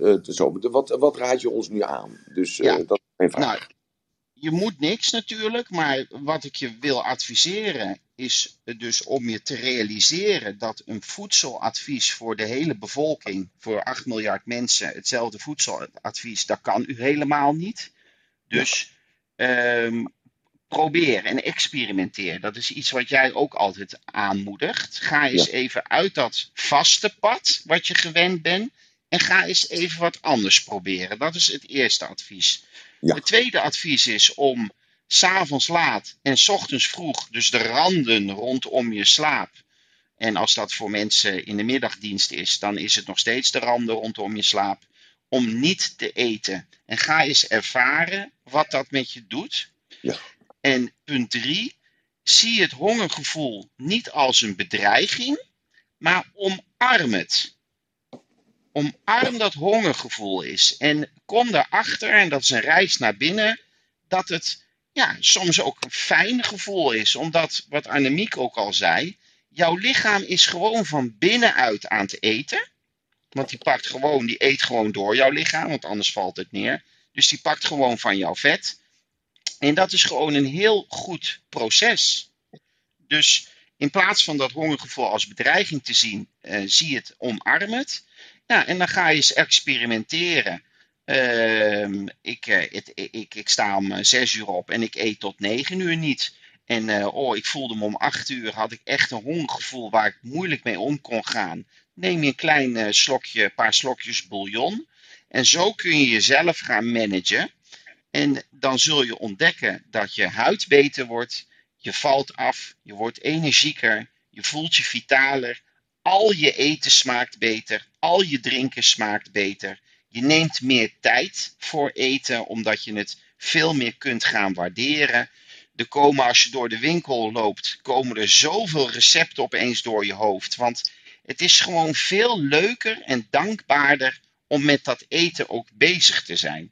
Wat raad je ons nu aan? Dus dat is mijn vraag. Nou, je moet niks natuurlijk, maar wat ik je wil adviseren is dus om je te realiseren dat een voedseladvies voor de hele bevolking, voor 8 miljard mensen, hetzelfde voedseladvies, dat kan u helemaal niet. Dus probeer en experimenteer. Dat is iets wat jij ook altijd aanmoedigt. Ga eens even uit dat vaste pad wat je gewend bent en ga eens even wat anders proberen. Dat is het eerste advies. Ja. Het tweede advies is om 's avonds laat en 's ochtends vroeg, dus de randen rondom je slaap. En als dat voor mensen in de middagdienst is, dan is het nog steeds de randen rondom je slaap. Om niet te eten. En ga eens ervaren wat dat met je doet. Ja. En punt 3, zie het hongergevoel niet als een bedreiging, maar omarm het. Omarm dat hongergevoel is. En kom daarachter, en dat is een reis naar binnen, dat het soms ook een fijn gevoel is. Omdat, wat Annemiek ook al zei, jouw lichaam is gewoon van binnenuit aan het eten. Want die eet gewoon door jouw lichaam, want anders valt het neer. Dus die pakt gewoon van jouw vet. En dat is gewoon een heel goed proces. Dus in plaats van dat hongergevoel als bedreiging te zien, zie het, omarm het. Ja, en dan ga je eens experimenteren. Ik sta om 6 uur op en ik eet tot 9 uur niet. En ik voelde me om 8 uur, had ik echt een hongergevoel waar ik moeilijk mee om kon gaan. Neem je een klein paar slokjes bouillon. En zo kun je jezelf gaan managen. En dan zul je ontdekken dat je huid beter wordt. Je valt af, je wordt energieker, je voelt je vitaler. Al je eten smaakt beter, al je drinken smaakt beter. Je neemt meer tijd voor eten, omdat je het veel meer kunt gaan waarderen. Als je door de winkel loopt, komen er zoveel recepten opeens door je hoofd. Want het is gewoon veel leuker en dankbaarder om met dat eten ook bezig te zijn.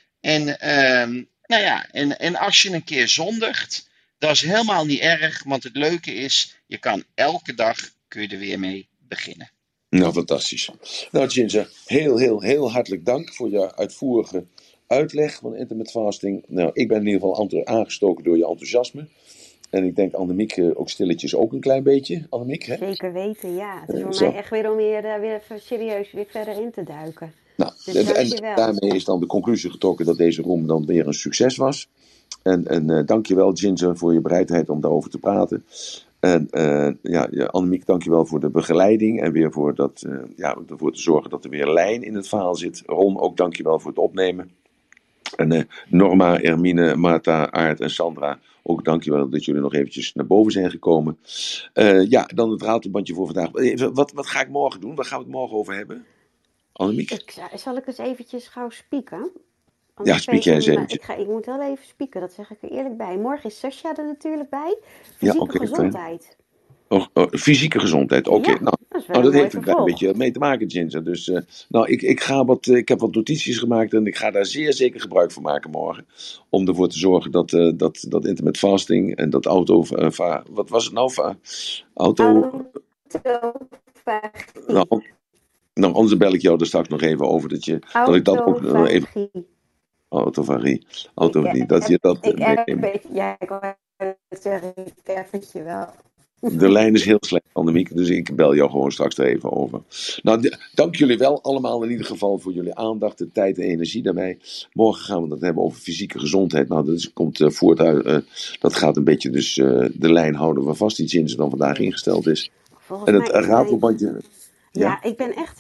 En als je een keer zondigt, dat is helemaal niet erg. Want het leuke is, je kan elke dag kun je er weer mee beginnen. Nou, fantastisch. Nou, Ginger, heel hartelijk dank voor je uitvoerige uitleg van intermittent fasting. Nou, ik ben in ieder geval aangestoken door je enthousiasme. En ik denk Annemiek ook stilletjes ook een klein beetje. Annemiek, hè? Zeker weten, ja. Het is voor mij echt weer om weer even serieus weer verder in te duiken. Nou, dus en daarmee is dan de conclusie getrokken dat deze room dan weer een succes was. En dankjewel Ginger voor je bereidheid om daarover te praten. En Annemiek, dankjewel voor de begeleiding en weer voor ervoor te zorgen dat er weer lijn in het verhaal zit. Ron, ook dankjewel voor het opnemen. En Norma, Hermine, Marta, Aart en Sandra, ook dankjewel dat jullie nog eventjes naar boven zijn gekomen. Ja, dan het ratelbandje voor vandaag. Wat ga ik morgen doen? Waar gaan we het morgen over hebben? Annemiek? Zal ik eens eventjes gauw spieken? Ja, spiek jij eens eventjes. Ik moet wel even spieken, dat zeg ik er eerlijk bij. Morgen is Sascha er natuurlijk bij. Ja, Fysieke oké, fijn. gezondheid. Fysieke gezondheid, oké. Ja, Nou, dat is wel een dat mooi heeft er een vervolg. beetje mee te maken, Ginger. Dus ik heb wat notities gemaakt en ik ga daar zeer zeker gebruik van maken morgen. Om ervoor te zorgen dat intermittent fasting en dat wat was het nou? Nou, anders bel ik jou er straks nog even over dat ik dat ook even... Autofagie. Dat je dat meeneemt. Ja, ik wou zeggen, ik erg het je wel. De lijn is heel slecht, Annemiek, dus ik bel jou gewoon straks er even over. Nou, dank jullie wel allemaal in ieder geval voor jullie aandacht, de tijd en energie daarbij. Morgen gaan we het hebben over fysieke gezondheid. Nou, dat komt voort uit, dat gaat een beetje dus de lijn houden waar vast die Ginger dan vandaag ingesteld is. Volgens en het mij ratelbandje... Ja, ik ben echt...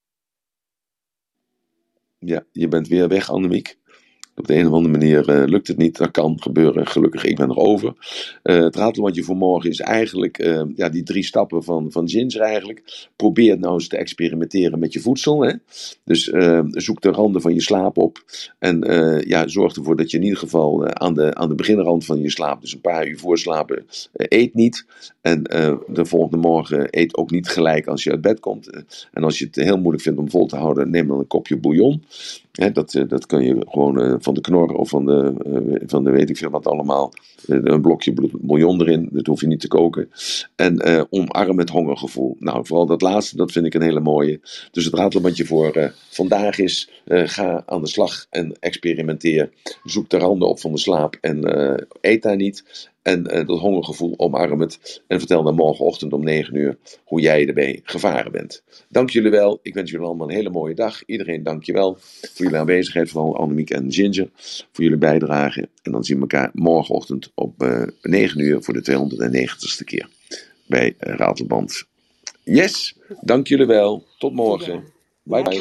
Ja, je bent weer weg, Annemiek. Op de een of andere manier lukt het niet. Dat kan gebeuren. Gelukkig, ik ben er over. Het ratelbandje voor morgen is eigenlijk die 3 stappen van Ginger eigenlijk. Probeer nou eens te experimenteren met je voedsel. Hè? Dus zoek de randen van je slaap op. En zorg ervoor dat je in ieder geval aan de beginrand van je slaap, dus een paar uur voor slapen, eet niet. En de volgende morgen eet ook niet gelijk als je uit bed komt. En als je het heel moeilijk vindt om vol te houden, neem dan een kopje bouillon. Hè, dat kun je gewoon van de knor of van de weet ik veel wat allemaal. Een blokje bouillon erin, dat hoef je niet te koken. En omarm het hongergevoel. Nou, vooral dat laatste, dat vind ik een hele mooie. Dus het ratelbandje voor vandaag is, ga aan de slag en experimenteer. Zoek de randen op van de slaap en eet daar niet. En dat hongergevoel omarm het. En vertel dan morgenochtend om 9 uur hoe jij erbij gevaren bent. Dank jullie wel. Ik wens jullie allemaal een hele mooie dag. Iedereen dank je wel voor jullie aanwezigheid. Vooral Annemiek en Ginger. Voor jullie bijdrage. En dan zien we elkaar morgenochtend op 9 uur voor de 290ste keer. Bij Ratelband. Yes. Dank jullie wel. Tot morgen. Bye bye.